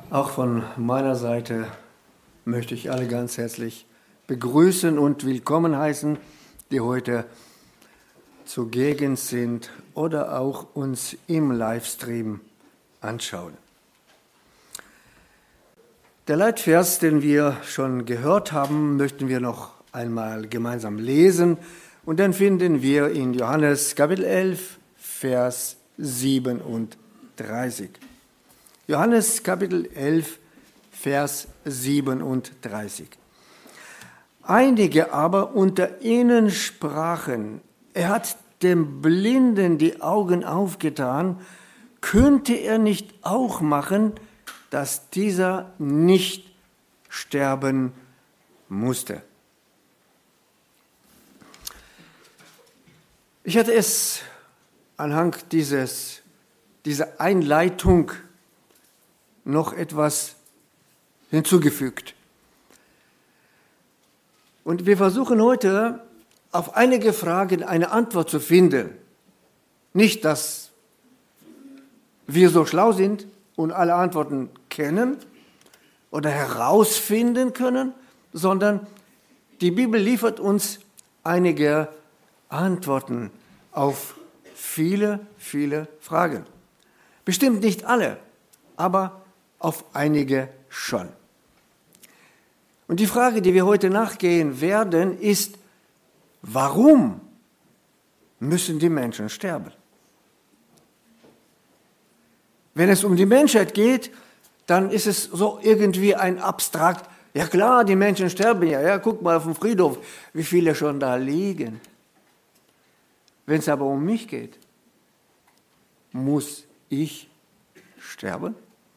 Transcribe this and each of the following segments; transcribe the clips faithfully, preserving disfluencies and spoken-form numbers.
Auch von meiner Seite möchte ich alle ganz herzlich begrüßen und willkommen heißen, die heute zugegen sind oder auch uns im Livestream anschauen. Der Leitvers, den wir schon gehört haben, möchten wir noch einmal gemeinsam lesen und dann finden wir in Johannes Kapitel elf, Vers siebenunddreißig. Johannes Kapitel elf, Vers siebenunddreißig. Einige aber unter ihnen sprachen, er hat dem Blinden die Augen aufgetan, könnte er nicht auch machen, dass dieser nicht sterben musste? Ich hatte es anhand dieses, dieser Einleitung noch etwas hinzugefügt. Und wir versuchen heute auf einige Fragen eine Antwort zu finden. Nicht, dass wir so schlau sind und alle Antworten kennen oder herausfinden können, sondern die Bibel liefert uns einige Antworten auf viele, viele Fragen. Bestimmt nicht alle, aber auf einige schon. Und die Frage, die wir heute nachgehen werden, ist, warum müssen die Menschen sterben? Wenn es um die Menschheit geht, dann ist es so irgendwie ein Abstrakt. Ja klar, die Menschen sterben ja. Ja, guck mal auf den Friedhof, wie viele schon da liegen. Wenn es aber um mich geht, muss ich sterben?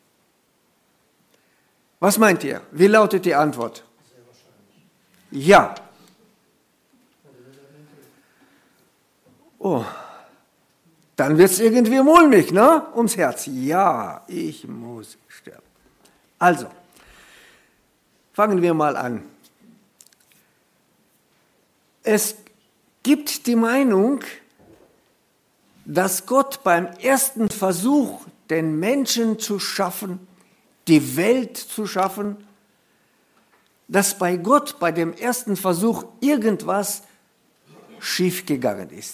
Was meint ihr? Wie lautet die Antwort? Sehr wahrscheinlich. Ja. Oh, dann wird es irgendwie mulmig, ne? Ums Herz. Ja, ich muss sterben. Also, fangen wir mal an. Es gibt die Meinung, dass Gott beim ersten Versuch, den Menschen zu schaffen, die Welt zu schaffen, dass bei Gott bei dem ersten Versuch irgendwas schiefgegangen ist.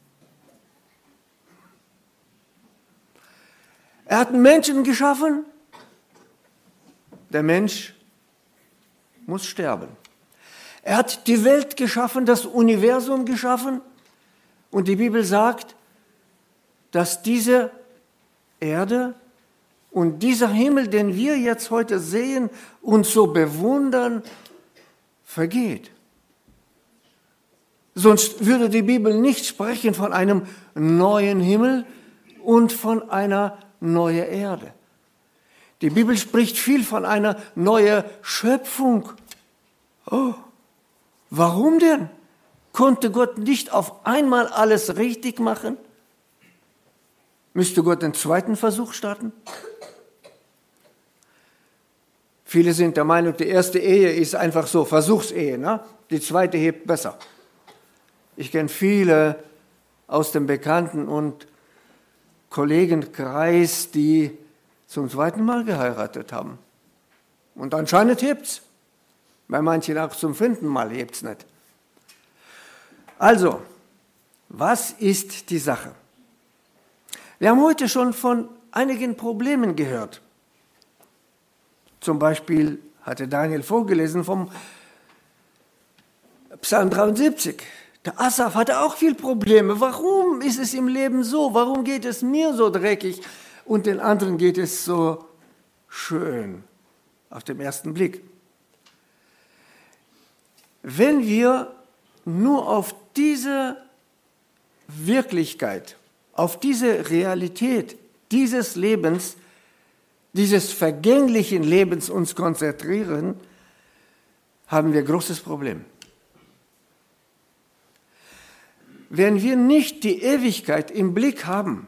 Er hat einen Menschen geschaffen, der Mensch muss sterben. Er hat die Welt geschaffen, das Universum geschaffen und die Bibel sagt, dass diese Erde und dieser Himmel, den wir jetzt heute sehen und so bewundern, vergeht. Sonst würde die Bibel nicht sprechen von einem neuen Himmel und von einer neuen Erde. Die Bibel spricht viel von einer neuen Schöpfung. Oh, warum denn? Konnte Gott nicht auf einmal alles richtig machen? Müsste Gott den zweiten Versuch starten? Viele sind der Meinung, die erste Ehe ist einfach so, Versuchsehe, ne? Die zweite hebt besser. Ich kenne viele aus dem Bekannten- und Kollegenkreis, die zum zweiten Mal geheiratet haben. Und anscheinend hebt's. Bei manchen auch zum fünften Mal hebt's nicht. Also, was ist die Sache? Wir haben heute schon von einigen Problemen gehört. Zum Beispiel hatte Daniel vorgelesen vom Psalm dreiundsiebzig. Der Asaf hatte auch viel Probleme. Warum ist es im Leben so? Warum geht es mir so dreckig und den anderen geht es so schön auf den ersten Blick? Wenn wir nur auf diese Wirklichkeit, auf diese Realität dieses Lebens, dieses vergänglichen Lebens uns konzentrieren, haben wir ein großes Problem. Wenn wir nicht die Ewigkeit im Blick haben,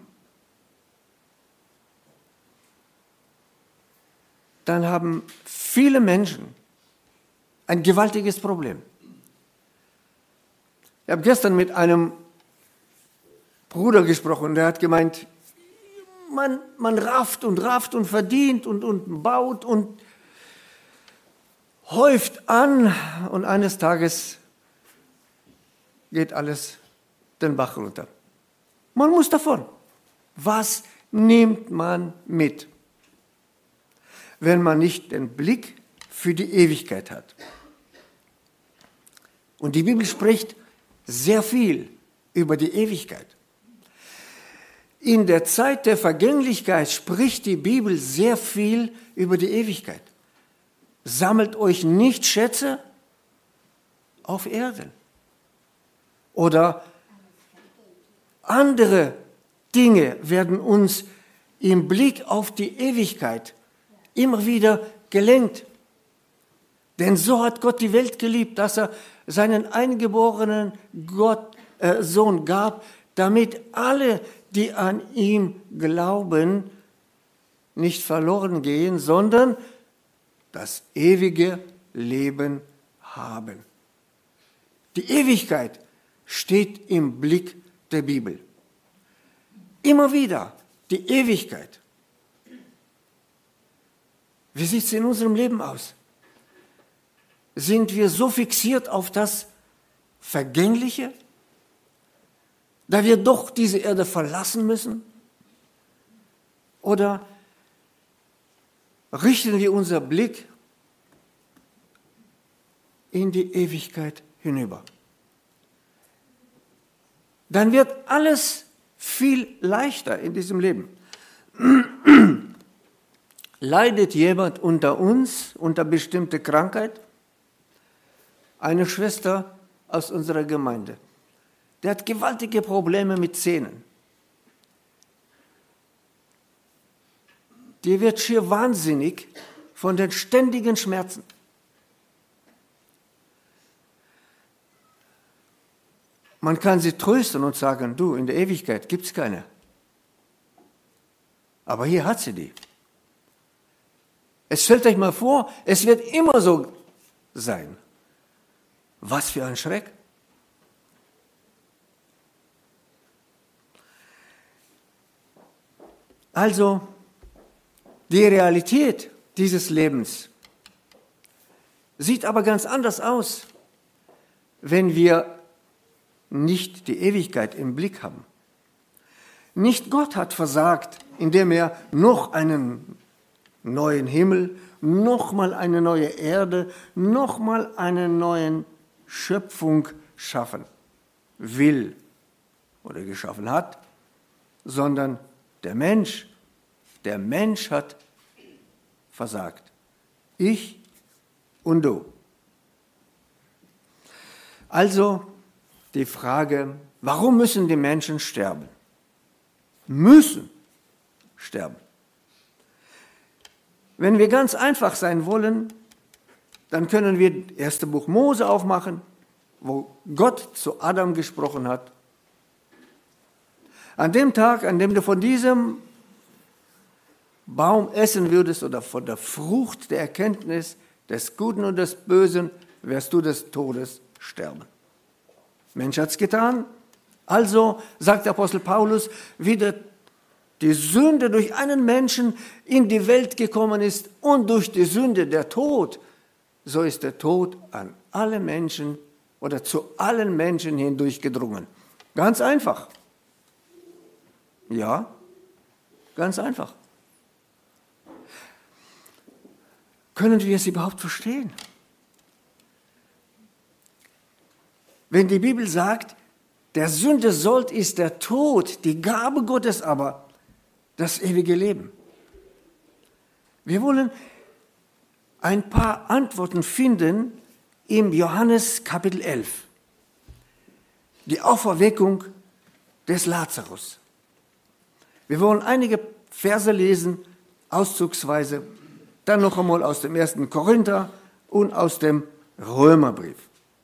dann haben viele Menschen ein gewaltiges Problem. Ich habe gestern mit einem Bruder gesprochen, der hat gemeint, man, man rafft und rafft und verdient und, und baut und häuft an und eines Tages geht alles den Bach runter. Man muss davon. Was nimmt man mit, wenn man nicht den Blick für die Ewigkeit hat? Und die Bibel spricht sehr viel über die Ewigkeit. In der Zeit der Vergänglichkeit spricht die Bibel sehr viel über die Ewigkeit. Sammelt euch nicht Schätze auf Erden oder andere Dinge werden uns im Blick auf die Ewigkeit immer wieder gelenkt. Denn so hat Gott die Welt geliebt, dass er seinen eingeborenen Gott, äh, Sohn gab, damit alle, die an ihm glauben, nicht verloren gehen, sondern das ewige Leben haben. Die Ewigkeit steht im Blick der Bibel. Immer wieder die Ewigkeit. Wie sieht es in unserem Leben aus? Sind wir so fixiert auf das Vergängliche, da wir doch diese Erde verlassen müssen? Oder richten wir unseren Blick in die Ewigkeit hinüber? Dann wird alles viel leichter in diesem Leben. Leidet jemand unter uns unter bestimmte Krankheit? Eine Schwester aus unserer Gemeinde, die hat gewaltige Probleme mit Zähnen. Die wird schier wahnsinnig von den ständigen Schmerzen. Man kann sie trösten und sagen, du, in der Ewigkeit gibt es keine. Aber hier hat sie die. Es stellt euch mal vor, es wird immer so sein. Was für ein Schreck. Also, die Realität dieses Lebens sieht aber ganz anders aus, wenn wir nicht die Ewigkeit im Blick haben. Nicht Gott hat versagt, indem er noch einen neuen Himmel, noch mal eine neue Erde, noch mal eine neue Schöpfung schaffen will oder geschaffen hat, sondern der Mensch, der Mensch hat versagt. Ich und du. Also die Frage, warum müssen die Menschen sterben? Müssen sterben. Wenn wir ganz einfach sein wollen, dann können wir das erste Buch Mose aufmachen, wo Gott zu Adam gesprochen hat. An dem Tag, an dem du von diesem Baum essen würdest oder von der Frucht der Erkenntnis des Guten und des Bösen, wirst du des Todes sterben. Mensch hat es getan. Also, sagt der Apostel Paulus, wie der, die Sünde durch einen Menschen in die Welt gekommen ist und durch die Sünde der Tod, so ist der Tod an alle Menschen oder zu allen Menschen hindurchgedrungen. Ganz einfach. Ja, ganz einfach. Können wir es überhaupt verstehen? Wenn die Bibel sagt, der Sünde Sold ist der Tod, die Gabe Gottes aber das ewige Leben. Wir wollen ein paar Antworten finden im Johannes Kapitel elf. Die Auferweckung des Lazarus. Wir wollen einige Verse lesen, auszugsweise, dann noch einmal aus dem ersten Korinther und aus dem Römerbrief.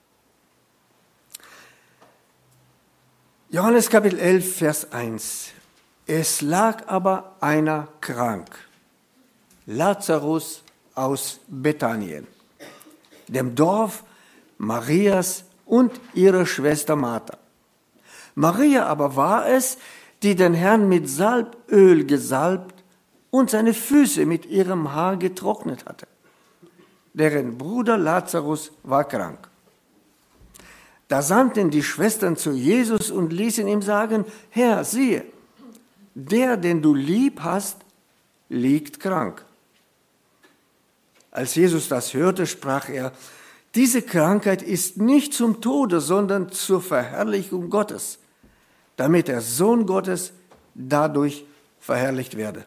Johannes Kapitel elf, Vers eins. Es lag aber einer krank, Lazarus aus Bethanien, dem Dorf Marias und ihrer Schwester Martha. Maria aber war es, die den Herrn mit Salböl gesalbt und seine Füße mit ihrem Haar getrocknet hatte. Deren Bruder Lazarus war krank. Da sandten die Schwestern zu Jesus und ließen ihm sagen, Herr, siehe, der, den du lieb hast, liegt krank. Als Jesus das hörte, sprach er, diese Krankheit ist nicht zum Tode, sondern zur Verherrlichung Gottes, damit der Sohn Gottes dadurch verherrlicht werde.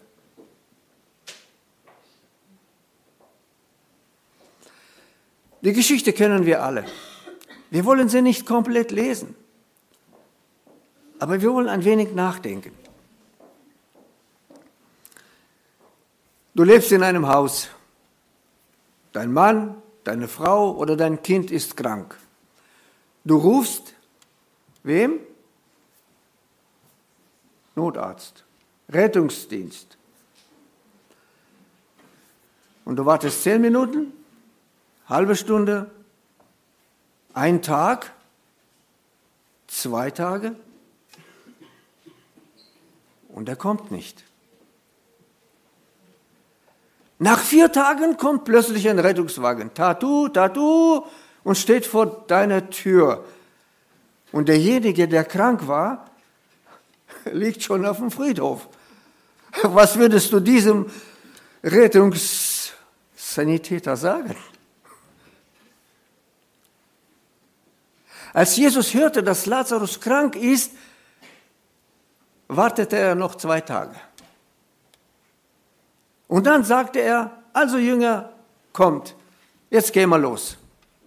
Die Geschichte kennen wir alle. Wir wollen sie nicht komplett lesen, aber wir wollen ein wenig nachdenken. Du lebst in einem Haus. Dein Mann, deine Frau oder dein Kind ist krank. Du rufst wem? Notarzt, Rettungsdienst. Und du wartest zehn Minuten, halbe Stunde, ein Tag, zwei Tage und er kommt nicht. Nach vier Tagen kommt plötzlich ein Rettungswagen, Tatu, Tatu, und steht vor deiner Tür. Und derjenige, der krank war, liegt schon auf dem Friedhof. Was würdest du diesem Rettungssanitäter sagen? Als Jesus hörte, dass Lazarus krank ist, wartete er noch zwei Tage. Und dann sagte er, also Jünger, kommt, jetzt gehen wir los.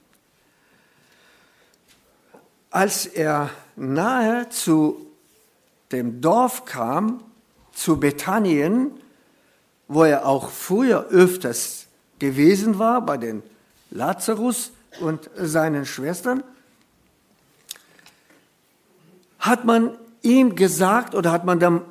Als er nahe zu dem Dorf kam, zu Bethanien, wo er auch früher öfters gewesen war, bei den Lazarus und seinen Schwestern, hat man ihm gesagt oder hat man dann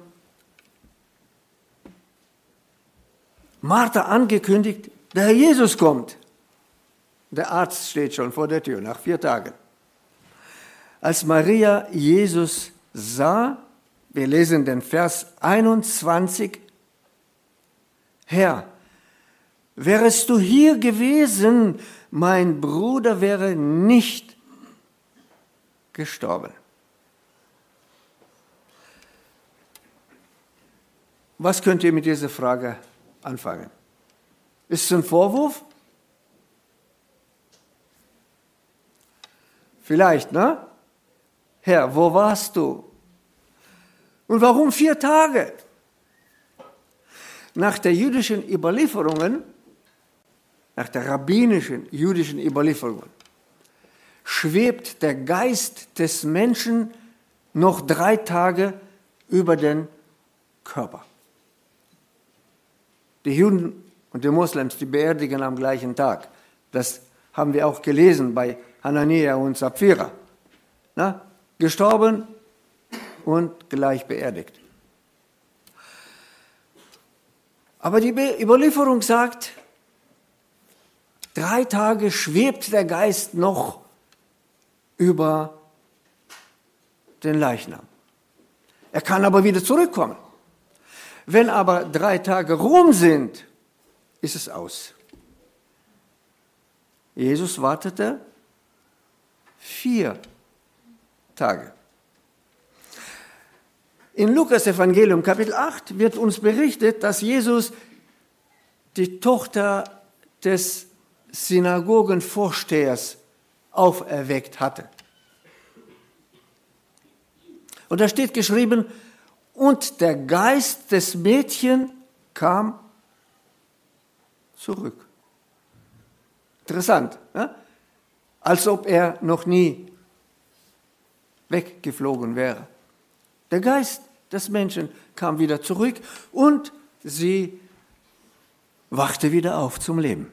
Martha angekündigt, der Herr Jesus kommt. Der Arzt steht schon vor der Tür nach vier Tagen. Als Maria Jesus sah, wir lesen den Vers einundzwanzig, Herr, wärest du hier gewesen, mein Bruder wäre nicht gestorben. Was könnt ihr mit dieser Frage anfangen? Ist es ein Vorwurf? Vielleicht, ne? Herr, wo warst du? Und warum vier Tage? Nach der jüdischen Überlieferungen, nach der rabbinischen jüdischen Überlieferungen, schwebt der Geist des Menschen noch drei Tage über den Körper. Die Juden und die Moslems, die beerdigen am gleichen Tag. Das haben wir auch gelesen bei Hanania und Sapphira. Na, gestorben und gleich beerdigt. Aber die Überlieferung sagt, drei Tage schwebt der Geist noch über den Leichnam. Er kann aber wieder zurückkommen. Wenn aber drei Tage rum sind, ist es aus. Jesus wartete vier Tage. In Lukas Evangelium Kapitel acht wird uns berichtet, dass Jesus die Tochter des Synagogenvorstehers auferweckt hatte. Und da steht geschrieben, und der Geist des Mädchens kam zurück. Interessant, ne? Als ob er noch nie weggeflogen wäre. Der Geist des Menschen kam wieder zurück und sie wachte wieder auf zum Leben.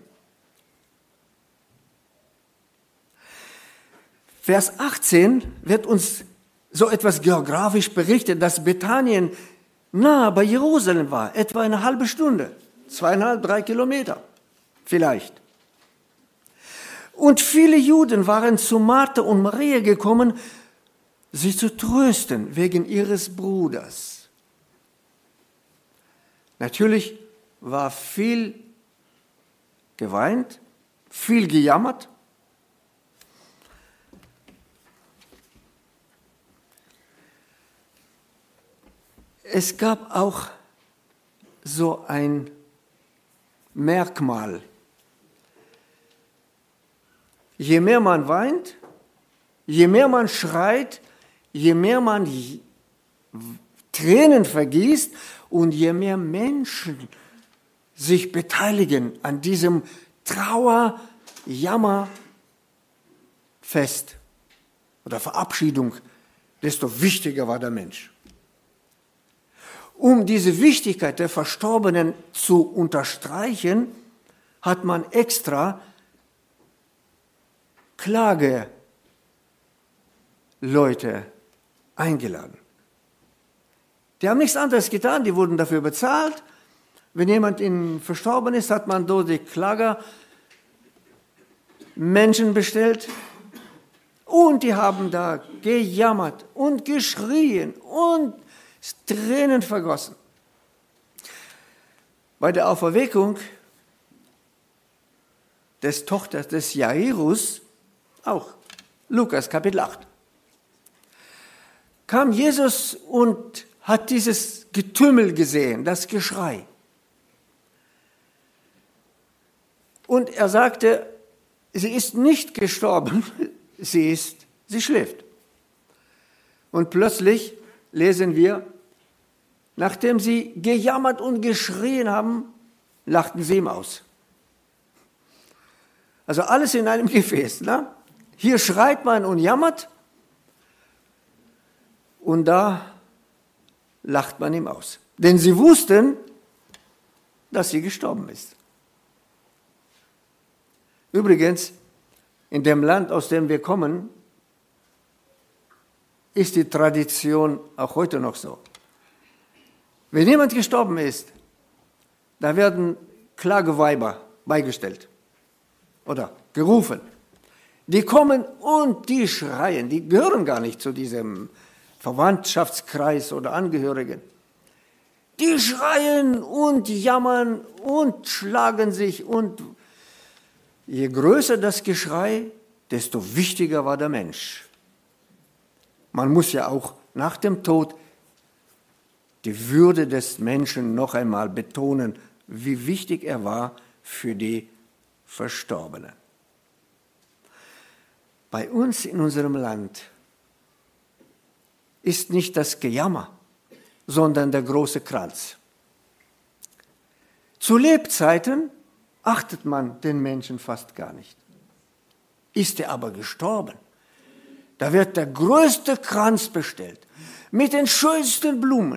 Vers achtzehn wird uns so etwas geografisch berichtet, dass Bethanien nahe bei Jerusalem war, etwa eine halbe Stunde, zweieinhalb, drei Kilometer vielleicht. Und viele Juden waren zu Martha und Maria gekommen, sie zu trösten wegen ihres Bruders. Natürlich war viel geweint, viel gejammert. Es gab auch so ein Merkmal. Je mehr man weint, je mehr man schreit, je mehr man Tränen vergießt und je mehr Menschen sich beteiligen an diesem Trauer, Jammer, Fest oder Verabschiedung, desto wichtiger war der Mensch. Um diese Wichtigkeit der Verstorbenen zu unterstreichen, hat man extra Klageleute eingeladen. Die haben nichts anderes getan, die wurden dafür bezahlt. Wenn jemand in verstorben ist, hat man dort die Klagermenschen bestellt und die haben da gejammert und geschrien und Tränen vergossen. Bei der Auferweckung des Tochters des Jairus, auch Lukas Kapitel acht, kam Jesus und hat dieses Getümmel gesehen, das Geschrei. Und er sagte, sie ist nicht gestorben, sie ist, sie schläft. Und plötzlich lesen wir, nachdem sie gejammert und geschrien haben, lachten sie ihm aus. Also alles in einem Gefäß. Ne? Hier schreit man und jammert und da lacht man ihm aus. Denn sie wussten, dass sie gestorben ist. Übrigens, in dem Land, aus dem wir kommen, ist die Tradition auch heute noch so. Wenn jemand gestorben ist, da werden Klageweiber beigestellt oder gerufen. Die kommen und die schreien, die gehören gar nicht zu diesem Verwandtschaftskreis oder Angehörigen. Die schreien und jammern und schlagen sich und je größer das Geschrei, desto wichtiger war der Mensch. Man muss ja auch nach dem Tod die Würde des Menschen noch einmal betonen, wie wichtig er war für die Verstorbenen. Bei uns in unserem Land ist nicht das Gejammer, sondern der große Kranz. Zu Lebzeiten achtet man den Menschen fast gar nicht. Ist er aber gestorben, da wird der größte Kranz bestellt, mit den schönsten Blumen.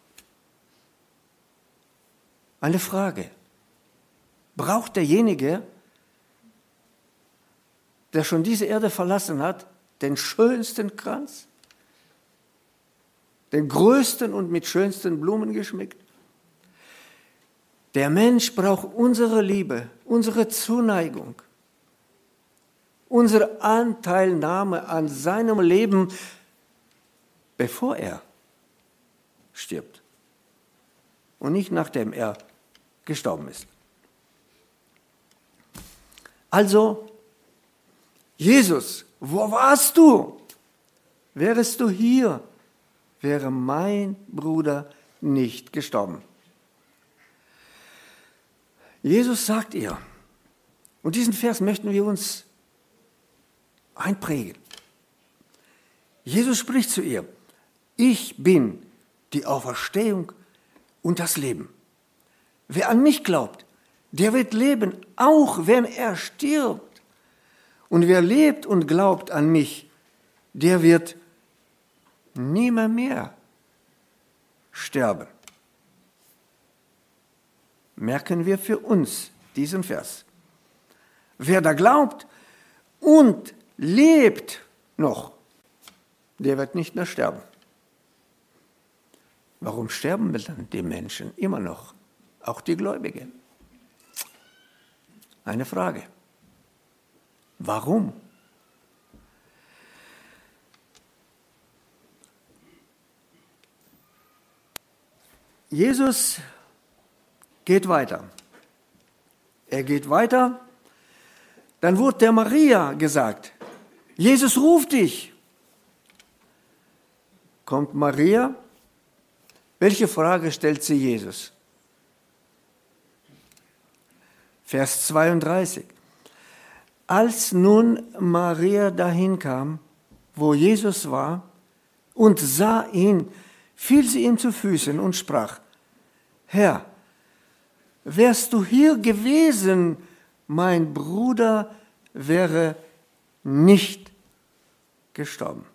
Eine Frage, braucht derjenige, der schon diese Erde verlassen hat, den schönsten Kranz? Den größten und mit schönsten Blumen geschmückt? Der Mensch braucht unsere Liebe, unsere Zuneigung, unsere Anteilnahme an seinem Leben, bevor er stirbt und nicht nachdem er gestorben ist. Also, Jesus, wo warst du? Wärest du hier, wäre mein Bruder nicht gestorben. Jesus sagt ihr, und diesen Vers möchten wir uns einprägen. Jesus spricht zu ihr, ich bin die Auferstehung und das Leben. Wer an mich glaubt, der wird leben, auch wenn er stirbt. Und wer lebt und glaubt an mich, der wird nimmer mehr sterben. Merken wir für uns diesen Vers. Wer da glaubt und lebt noch, der wird nicht mehr sterben. Warum sterben dann die Menschen immer noch, auch die Gläubigen? Eine Frage. Warum? Jesus geht weiter. Er geht weiter. Dann wurde der Maria gesagt, Jesus ruft dich. Kommt Maria. Welche Frage stellt sie Jesus? Vers zweiunddreißig. Als nun Maria dahin kam, wo Jesus war, und sah ihn, fiel sie ihm zu Füßen und sprach, Herr, wärst du hier gewesen, mein Bruder wäre nicht gestorben.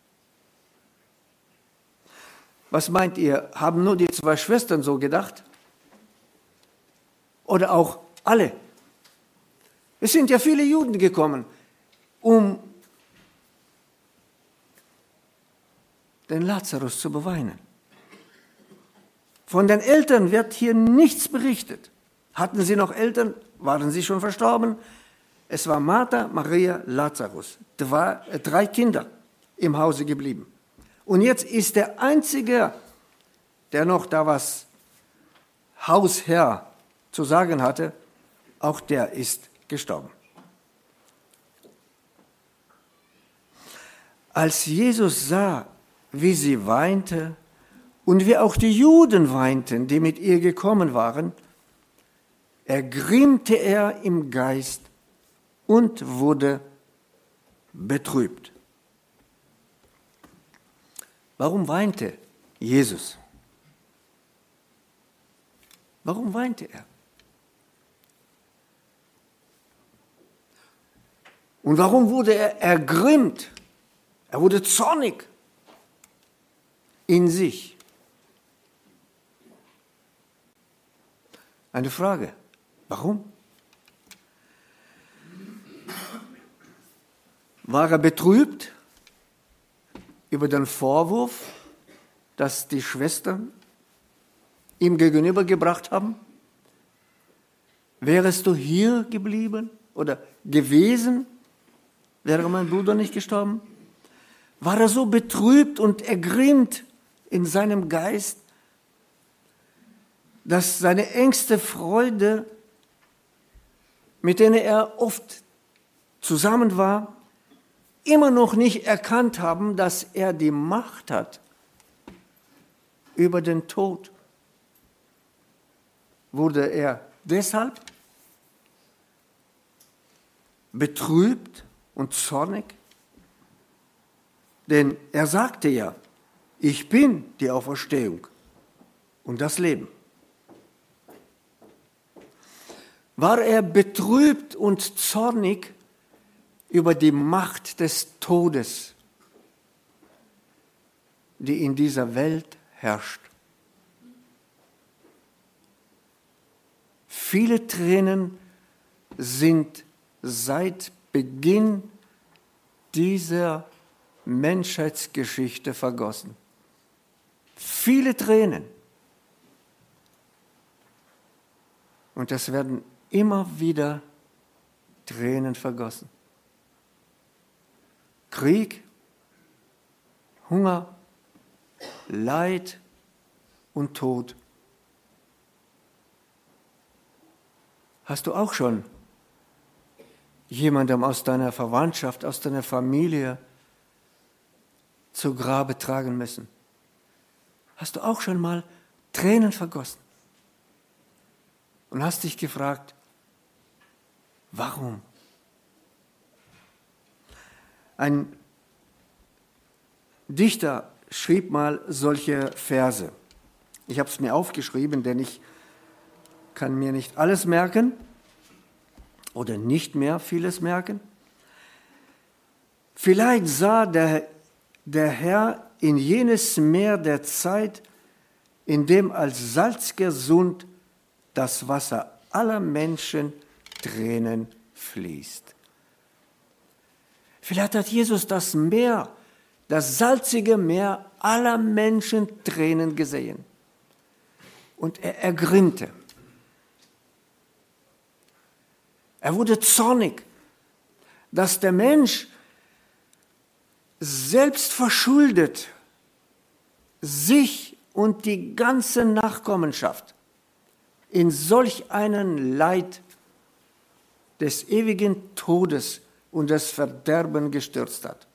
Was meint ihr? Haben nur die zwei Schwestern so gedacht? Oder auch alle? Es sind ja viele Juden gekommen, um den Lazarus zu beweinen. Von den Eltern wird hier nichts berichtet. Hatten sie noch Eltern? Waren sie schon verstorben? Es war Martha, Maria, Lazarus. Zwei, äh, drei Kinder im Hause geblieben. Und jetzt ist der Einzige, der noch da was Hausherr zu sagen hatte, auch der ist gestorben. Als Jesus sah, wie sie weinte und wie auch die Juden weinten, die mit ihr gekommen waren, ergrimmte er im Geist und wurde betrübt. Warum weinte Jesus? Warum weinte er? Und warum wurde er ergrimmt? Er wurde zornig in sich. Eine Frage. Warum? War er betrübt über den Vorwurf, dass die Schwestern ihm gegenübergebracht haben? Wärest du hier geblieben oder gewesen, wäre mein Bruder nicht gestorben? War er so betrübt und ergrimmt in seinem Geist, dass seine engste Freude, mit denen er oft zusammen war, immer noch nicht erkannt haben, dass er die Macht hat über den Tod? Wurde er deshalb betrübt und zornig? Denn er sagte ja, ich bin die Auferstehung und das Leben. War er betrübt und zornig über die Macht des Todes, die in dieser Welt herrscht? Viele Tränen sind seit Beginn dieser Menschheitsgeschichte vergossen. Viele Tränen. Und es werden immer wieder Tränen vergossen. Krieg, Hunger, Leid und Tod. Hast du auch schon jemandem aus deiner Verwandtschaft, aus deiner Familie zu Grabe tragen müssen? Hast du auch schon mal Tränen vergossen? Und hast dich gefragt, warum? Ein Dichter schrieb mal solche Verse. Ich habe es mir aufgeschrieben, denn ich kann mir nicht alles merken oder nicht mehr vieles merken. Vielleicht sah der, der Herr in jenes Meer der Zeit, in dem als salziger Sund das Wasser aller Menschen Tränen fließt. Vielleicht hat Jesus das Meer, das salzige Meer aller Menschen Tränen gesehen. Und er ergrimmte. Er wurde zornig, dass der Mensch selbst verschuldet sich und die ganze Nachkommenschaft in solch einen Leid des ewigen Todes und des Verderbens gestürzt hat.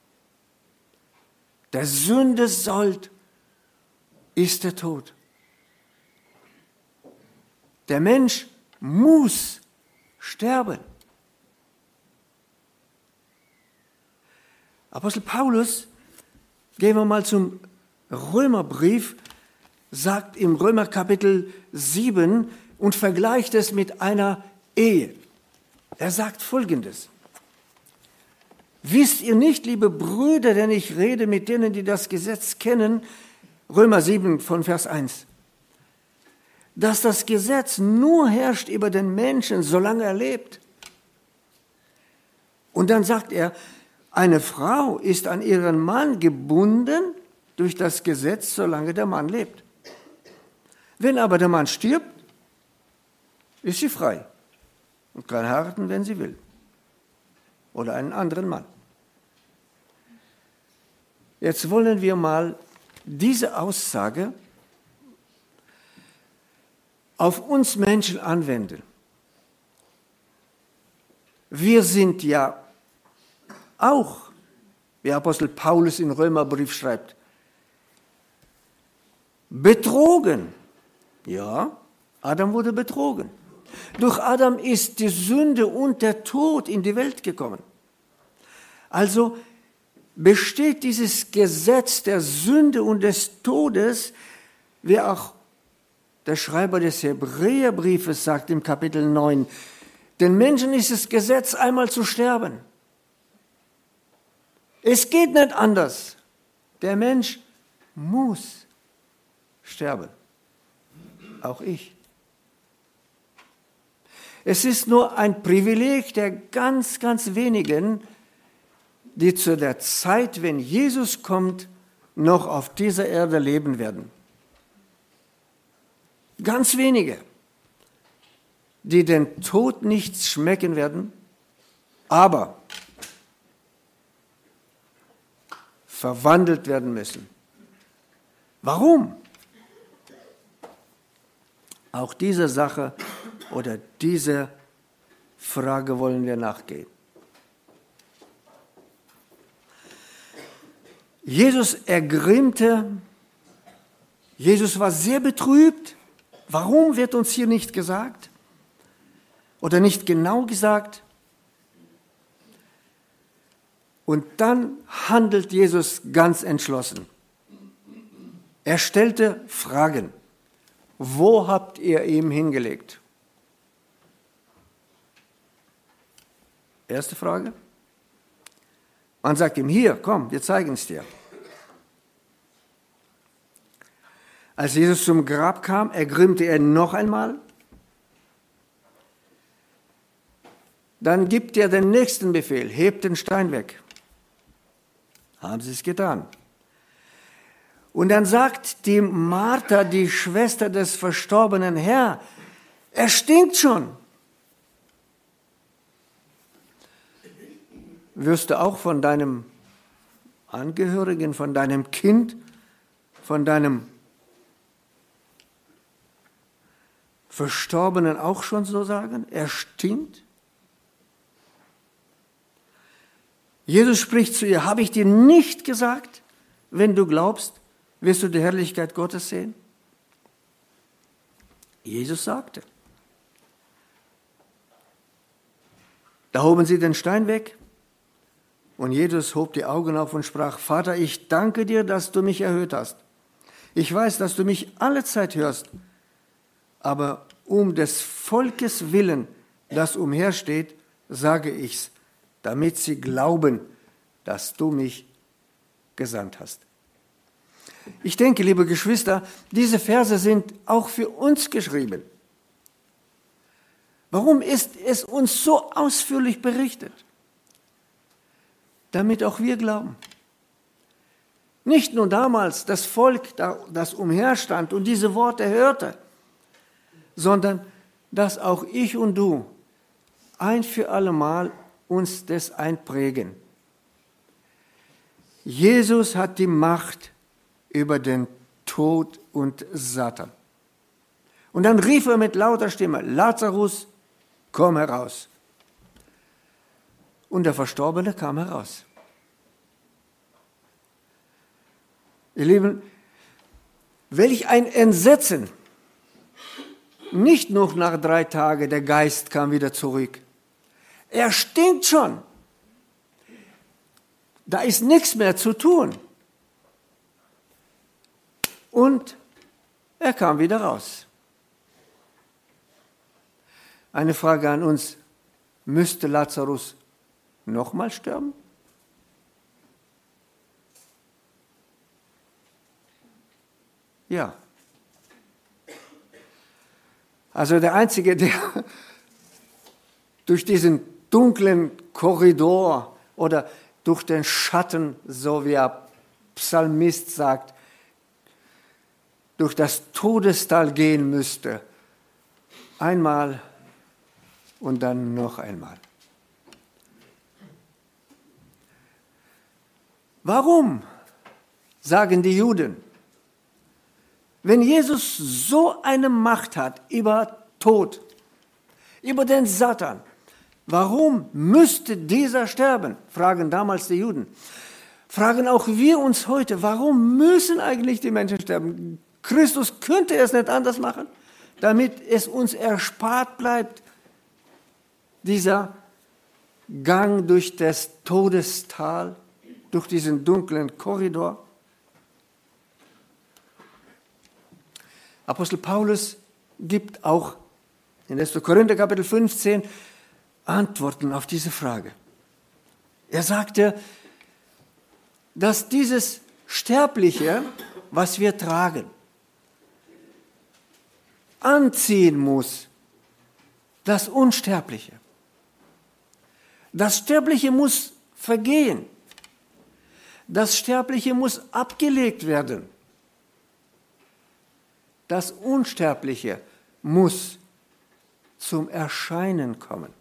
Der Sünde Sold ist der Tod. Der Mensch muss sterben. Apostel Paulus, gehen wir mal zum Römerbrief, sagt im Römer Kapitel sieben und vergleicht es mit einer Ehe. Er sagt Folgendes: Wisst ihr nicht, liebe Brüder, denn ich rede mit denen, die das Gesetz kennen, Römer sieben von Vers eins, dass das Gesetz nur herrscht über den Menschen, solange er lebt. Und dann sagt er, eine Frau ist an ihren Mann gebunden durch das Gesetz, solange der Mann lebt. Wenn aber der Mann stirbt, ist sie frei und kann heiraten, wenn sie will. Oder einen anderen Mann. Jetzt wollen wir mal diese Aussage auf uns Menschen anwenden. Wir sind ja auch, wie Apostel Paulus in Römerbrief schreibt, betrogen. Ja, Adam wurde betrogen. Durch Adam ist die Sünde und der Tod in die Welt gekommen. Also besteht dieses Gesetz der Sünde und des Todes, wie auch der Schreiber des Hebräerbriefes sagt im Kapitel neun, den Menschen ist das Gesetz, einmal zu sterben. Es geht nicht anders. Der Mensch muss sterben. Auch ich. Es ist nur ein Privileg der ganz, ganz wenigen, die zu der Zeit, wenn Jesus kommt, noch auf dieser Erde leben werden. Ganz wenige, die den Tod nicht schmecken werden, aber verwandelt werden müssen. Warum? Auch dieser Sache oder dieser Frage wollen wir nachgehen. Jesus ergrimmte, Jesus war sehr betrübt. Warum, wird uns hier nicht gesagt oder nicht genau gesagt. Und dann handelt Jesus ganz entschlossen. Er stellte Fragen. Wo habt ihr ihn hingelegt? Erste Frage. Man sagt ihm, hier, komm, wir zeigen es dir. Als Jesus zum Grab kam, ergrimmte er noch einmal. Dann gibt er den nächsten Befehl, hebt den Stein weg. Haben sie es getan. Und dann sagt die Martha, die Schwester des verstorbenen Herrn, er stinkt schon. Wirst du auch von deinem Angehörigen, von deinem Kind, von deinem Verstorbenen auch schon so sagen? Er stinkt? Jesus spricht zu ihr, habe ich dir nicht gesagt, wenn du glaubst, wirst du die Herrlichkeit Gottes sehen? Jesus sagte. Da hoben sie den Stein weg und Jesus hob die Augen auf und sprach, Vater, ich danke dir, dass du mich erhört hast. Ich weiß, dass du mich alle Zeit hörst, aber um des Volkes willen, das umhersteht, sage ich's, damit sie glauben, dass du mich gesandt hast. Ich denke, liebe Geschwister, diese Verse sind auch für uns geschrieben. Warum ist es uns so ausführlich berichtet? Damit auch wir glauben. Nicht nur damals das Volk, das umherstand und diese Worte hörte, sondern dass auch ich und du ein für allemal uns das einprägen. Jesus hat die Macht über den Tod und Satan. Und dann rief er mit lauter Stimme, Lazarus, komm heraus. Und der Verstorbene kam heraus. Ihr Lieben, welch ein Entsetzen. Nicht nur nach drei Tagen, der Geist kam wieder zurück. Er stinkt schon. Da ist nichts mehr zu tun. Und er kam wieder raus. Eine Frage an uns, müsste Lazarus nochmal sterben? Ja. Also der Einzige, der durch diesen dunklen Korridor oder durch den Schatten, so wie der Psalmist sagt, durch das Todestal gehen müsste, einmal und dann noch einmal. Warum, sagen die Juden, wenn Jesus so eine Macht hat über Tod, über den Satan, warum müsste dieser sterben? Fragen damals die Juden. Fragen auch wir uns heute, warum müssen eigentlich die Menschen sterben? Christus könnte es nicht anders machen, damit es uns erspart bleibt, dieser Gang durch das Todestal, durch diesen dunklen Korridor. Apostel Paulus gibt auch in erster Korinther Kapitel fünfzehn Antworten auf diese Frage. Er sagte, dass dieses Sterbliche, was wir tragen, anziehen muss das Unsterbliche. Das Sterbliche muss vergehen. Das Sterbliche muss abgelegt werden. Das Unsterbliche muss zum Erscheinen kommen.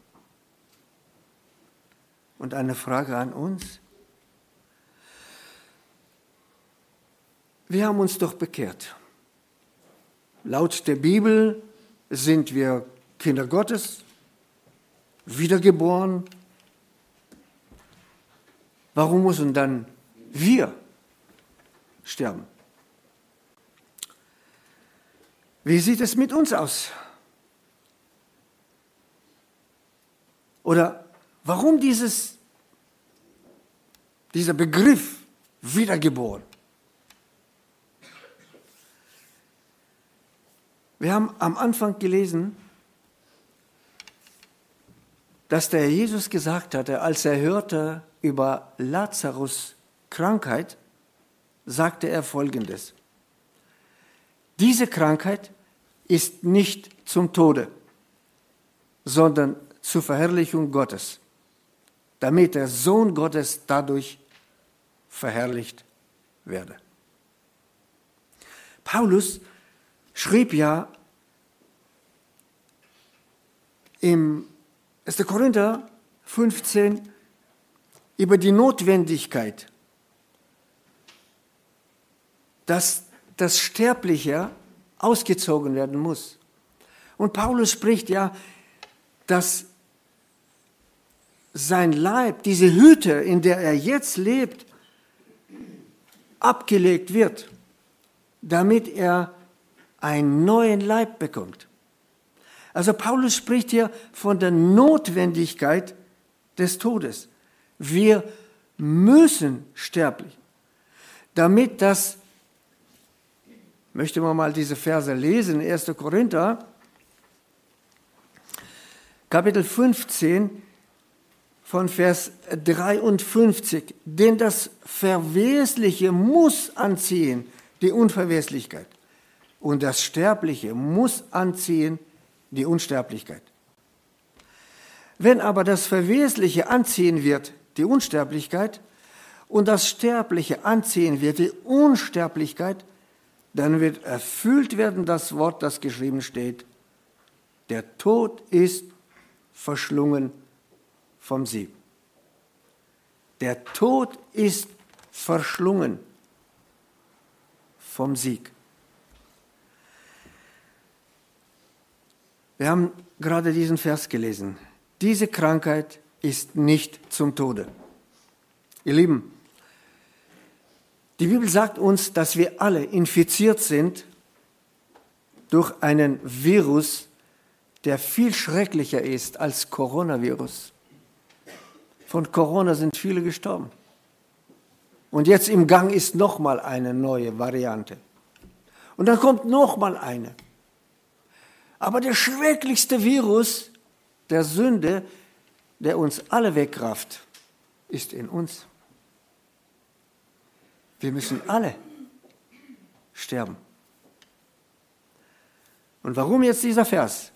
Und eine Frage an uns. Wir haben uns doch bekehrt. Laut der Bibel sind wir Kinder Gottes, wiedergeboren. Warum müssen dann wir sterben? Wie sieht es mit uns aus? Oder warum dieses, dieser Begriff wiedergeboren? Wir haben am Anfang gelesen, dass der Jesus gesagt hatte, als er hörte über Lazarus' Krankheit, sagte er Folgendes: Diese Krankheit ist nicht zum Tode, sondern zur Verherrlichung Gottes, damit der Sohn Gottes dadurch verherrlicht werde. Paulus schrieb ja im erster Korinther fünfzehn über die Notwendigkeit, dass das Sterbliche ausgezogen werden muss. Und Paulus spricht ja, dass sein Leib, diese Hütte, in der er jetzt lebt, abgelegt wird, damit er einen neuen Leib bekommt. Also Paulus spricht hier von der Notwendigkeit des Todes. Wir müssen sterblich, damit das, möchte man mal diese Verse lesen, erster Korinther, Kapitel fünfzehn, von Vers dreiundfünfzig. Denn das Verwesliche muss anziehen die Unverweslichkeit. Und das Sterbliche muss anziehen die Unsterblichkeit. Wenn aber das Verwesliche anziehen wird die Unsterblichkeit und das Sterbliche anziehen wird die Unsterblichkeit, dann wird erfüllt werden das Wort, das geschrieben steht: Der Tod ist verschlungen vom Sieg. Der Tod ist verschlungen vom Sieg. Wir haben gerade diesen Vers gelesen. Diese Krankheit ist nicht zum Tode. Ihr Lieben, die Bibel sagt uns, dass wir alle infiziert sind durch einen Virus, der viel schrecklicher ist als Coronavirus. Von Corona sind viele gestorben. Und jetzt im Gang ist nochmal eine neue Variante. Und dann kommt nochmal eine. Aber der schrecklichste Virus der Sünde, der uns alle wegrafft, ist in uns. Wir müssen alle sterben. Und warum jetzt dieser Vers?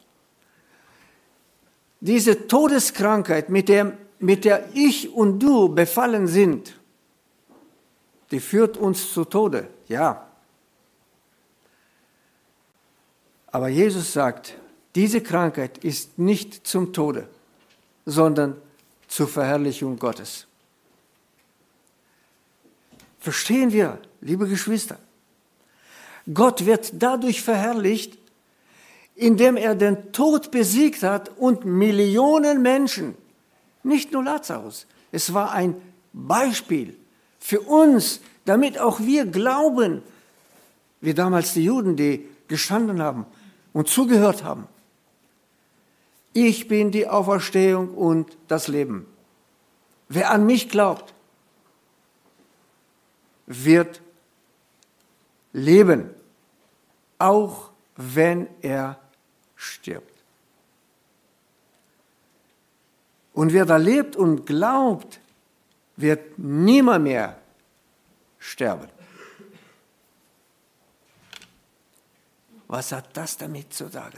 Diese Todeskrankheit, mit der, mit der ich und du befallen sind, die führt uns zu Tode, ja. Aber Jesus sagt, diese Krankheit ist nicht zum Tode, sondern zur Verherrlichung Gottes. Verstehen wir, liebe Geschwister? Gott wird dadurch verherrlicht, indem er den Tod besiegt hat und Millionen Menschen, nicht nur Lazarus, es war ein Beispiel für uns, damit auch wir glauben, wie damals die Juden, die gestanden haben und zugehört haben. Ich bin die Auferstehung und das Leben. Wer an mich glaubt, wird leben, auch wenn er stirbt. Und wer da lebt und glaubt, wird nimmer mehr sterben. Was hat das damit zu sagen?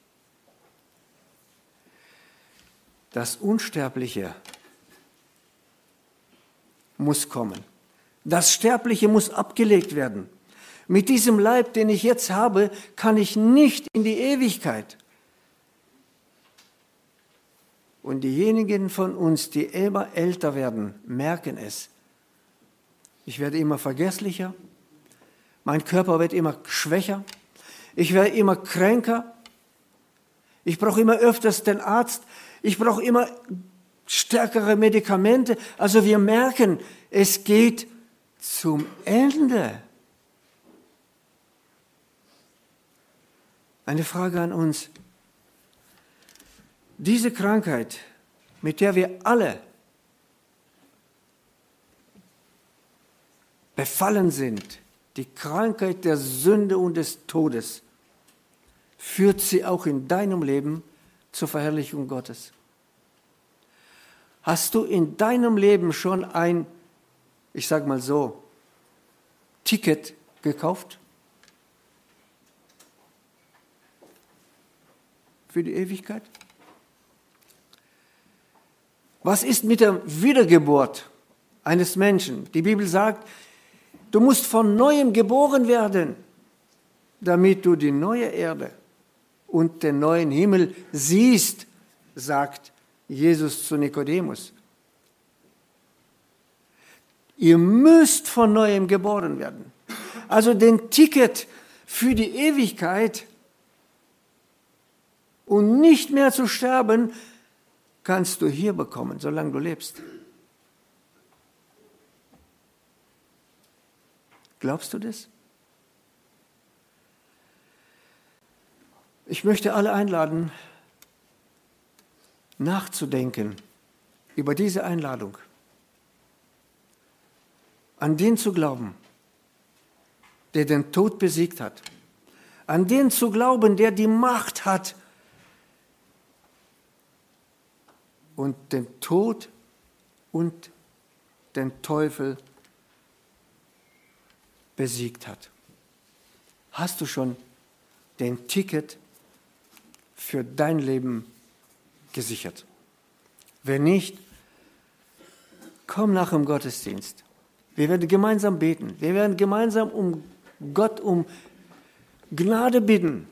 Das Unsterbliche muss kommen. Das Sterbliche muss abgelegt werden. Mit diesem Leib, den ich jetzt habe, kann ich nicht in die Ewigkeit. Und diejenigen von uns, die immer älter werden, merken es. Ich werde immer vergesslicher, mein Körper wird immer schwächer, ich werde immer kränker, ich brauche immer öfters den Arzt, ich brauche immer stärkere Medikamente. Also wir merken, es geht zum Ende. Eine Frage an uns. Diese Krankheit, mit der wir alle befallen sind, die Krankheit der Sünde und des Todes, führt sie auch in deinem Leben zur Verherrlichung Gottes? Hast du in deinem Leben schon ein, ich sage mal so, Ticket gekauft? Für die Ewigkeit? Was ist mit der Wiedergeburt eines Menschen? Die Bibel sagt, du musst von Neuem geboren werden, damit du die neue Erde und den neuen Himmel siehst, sagt Jesus zu Nikodemus. Ihr müsst von Neuem geboren werden. Also den Ticket für die Ewigkeit und nicht mehr zu sterben, kannst du hier bekommen, solange du lebst. Glaubst du das? Ich möchte alle einladen, nachzudenken über diese Einladung, an den zu glauben, der den Tod besiegt hat, an den zu glauben, der die Macht hat, und den Tod und den Teufel besiegt hat. Hast du schon den Ticket für dein Leben gesichert? Wenn nicht, komm nach dem Gottesdienst. Wir werden gemeinsam beten. Wir werden gemeinsam um Gott um Gnade bitten,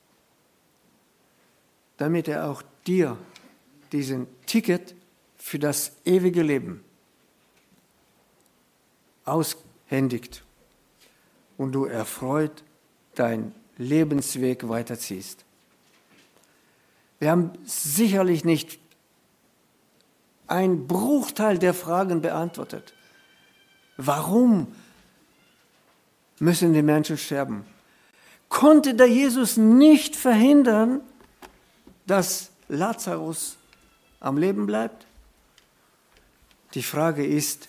damit er auch dir diesen Ticket für das ewige Leben aushändigt. und du erfreut deinen Lebensweg weiterziehst. Wir haben sicherlich nicht einen Bruchteil der Fragen beantwortet. Warum müssen die Menschen sterben? Konnte der Jesus nicht verhindern, dass Lazarus am Leben bleibt? Die Frage ist,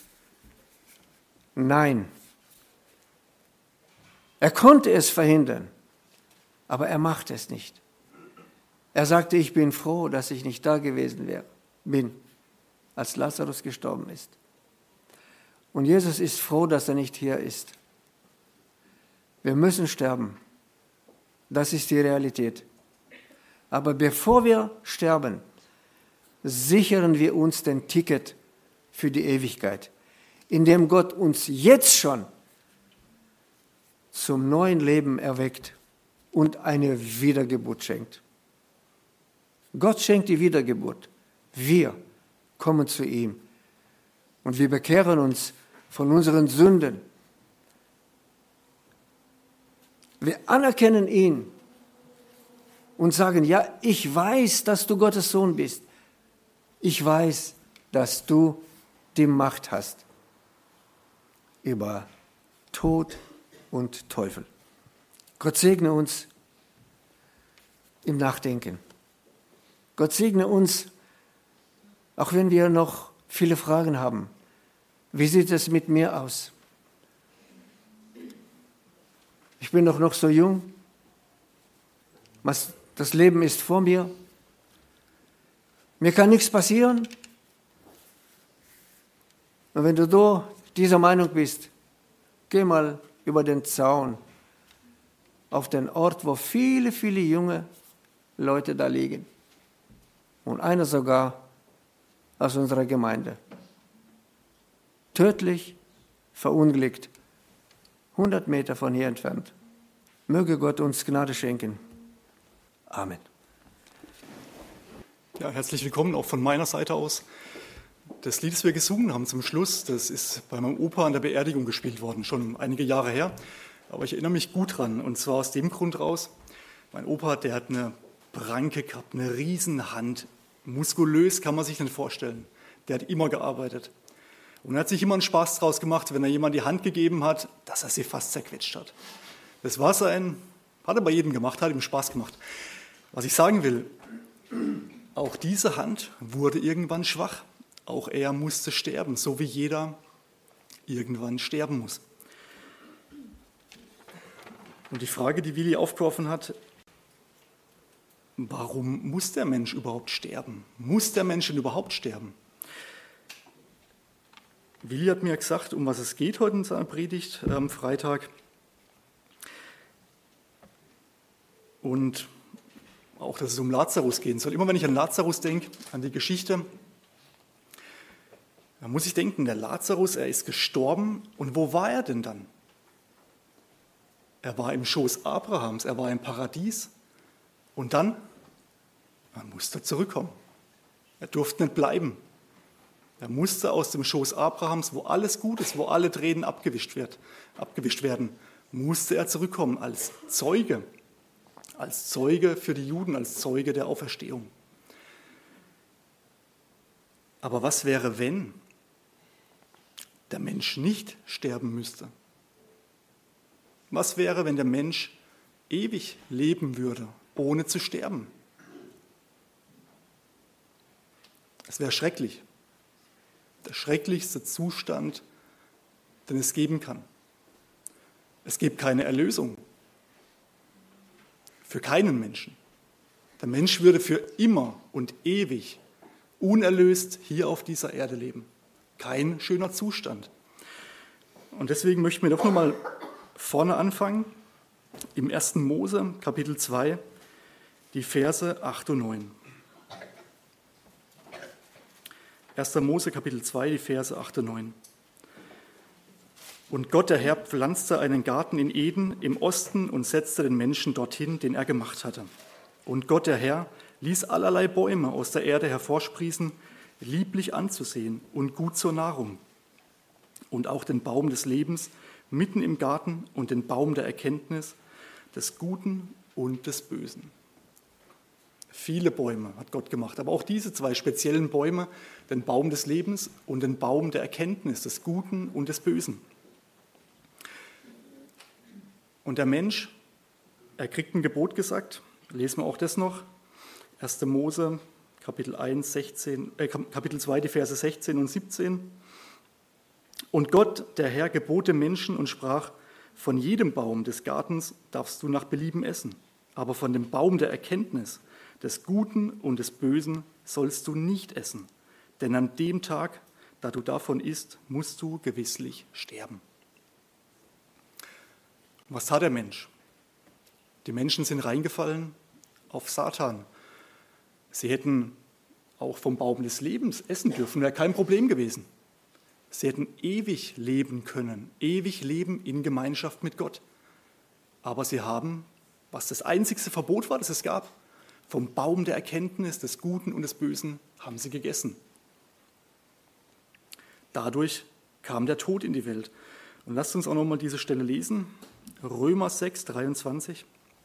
nein. Er konnte es verhindern, aber er machte es nicht. Er sagte, ich bin froh, dass ich nicht da gewesen wäre, bin, als Lazarus gestorben ist. Und Jesus ist froh, dass er nicht hier ist. Wir müssen sterben. Das ist die Realität. Aber bevor wir sterben, sichern wir uns den Ticket für die Ewigkeit, indem Gott uns jetzt schon zum neuen Leben erweckt und eine Wiedergeburt schenkt. Gott schenkt die Wiedergeburt. Wir kommen zu ihm und wir bekehren uns von unseren Sünden. Wir anerkennen ihn und sagen, ja, ich weiß, dass du Gottes Sohn bist. Ich weiß, dass du die Macht hast über Tod und Teufel. Gott segne uns im Nachdenken. Gott segne uns, auch wenn wir noch viele Fragen haben. Wie sieht es mit mir aus? Ich bin doch noch so jung. Das Leben ist vor mir. Mir kann nichts passieren. Und wenn du da dieser Meinung bist, geh mal über den Zaun auf den Ort, wo viele, viele junge Leute da liegen. Und einer sogar aus unserer Gemeinde. Tödlich verunglückt, hundert Meter von hier entfernt. Möge Gott uns Gnade schenken. Amen. Ja, herzlich willkommen auch von meiner Seite aus. Das Lied, das wir gesungen haben zum Schluss, das ist bei meinem Opa an der Beerdigung gespielt worden, schon einige Jahre her. Aber ich erinnere mich gut dran, und zwar aus dem Grund raus, mein Opa, der hat eine Pranke gehabt, eine Riesenhand. Muskulös kann man sich nicht vorstellen. Der hat immer gearbeitet. Und er hat sich immer einen Spaß draus gemacht, wenn er jemand die Hand gegeben hat, dass er sie fast zerquetscht hat. Das war sein, hat er bei jedem gemacht, hat ihm Spaß gemacht. Was ich sagen will, auch diese Hand wurde irgendwann schwach. Auch er musste sterben, so wie jeder irgendwann sterben muss. Und die Frage, die Willi aufgeworfen hat, warum muss der Mensch überhaupt sterben? Muss der Mensch denn überhaupt sterben? Willi hat mir gesagt, um was es geht heute in seiner Predigt am Freitag. Und auch, dass es um Lazarus gehen soll. Immer wenn ich an Lazarus denke, an die Geschichte, dann muss ich denken, der Lazarus, er ist gestorben. Und wo war er denn dann? Er war im Schoß Abrahams, er war im Paradies. Und dann, man musste zurückkommen. Er durfte nicht bleiben. Er musste aus dem Schoß Abrahams, wo alles gut ist, wo alle Tränen abgewischt, wird, abgewischt werden, musste er zurückkommen als Zeuge, als Zeuge für die Juden, als Zeuge der Auferstehung. Aber was wäre, wenn der Mensch nicht sterben müsste? Was wäre, wenn der Mensch ewig leben würde, ohne zu sterben? Es wäre schrecklich. Der schrecklichste Zustand, den es geben kann. Es gibt keine Erlösung. Für keinen Menschen. Der Mensch würde für immer und ewig unerlöst hier auf dieser Erde leben. Kein schöner Zustand. Und deswegen möchten wir doch nochmal vorne anfangen, im ersten Mose, Kapitel zwei, die Verse acht und neun. erster Mose, Kapitel zwei, die Verse acht und neun. Und Gott, der Herr, pflanzte einen Garten in Eden im Osten und setzte den Menschen dorthin, den er gemacht hatte. Und Gott, der Herr, ließ allerlei Bäume aus der Erde hervorsprießen, lieblich anzusehen und gut zur Nahrung. Und auch den Baum des Lebens mitten im Garten und den Baum der Erkenntnis des Guten und des Bösen. Viele Bäume hat Gott gemacht, aber auch diese zwei speziellen Bäume, den Baum des Lebens und den Baum der Erkenntnis des Guten und des Bösen. Und der Mensch, er kriegt ein Gebot gesagt, lesen wir auch das noch, erster Mose, Kapitel eins, sechzehn, äh, Kapitel zwei, die Verse sechzehn und siebzehn. Und Gott, der Herr, gebot dem Menschen und sprach, von jedem Baum des Gartens darfst du nach Belieben essen, aber von dem Baum der Erkenntnis des Guten und des Bösen sollst du nicht essen, denn an dem Tag, da du davon isst, musst du gewisslich sterben. Was tat der Mensch? Die Menschen sind reingefallen auf Satan. Sie hätten auch vom Baum des Lebens essen dürfen, wäre kein Problem gewesen. Sie hätten ewig leben können, ewig leben in Gemeinschaft mit Gott. Aber sie haben, was das einzigste Verbot war, das es gab, vom Baum der Erkenntnis des Guten und des Bösen haben sie gegessen. Dadurch kam der Tod in die Welt. Und lasst uns auch nochmal diese Stelle lesen. Römer sechs, dreiundzwanzig.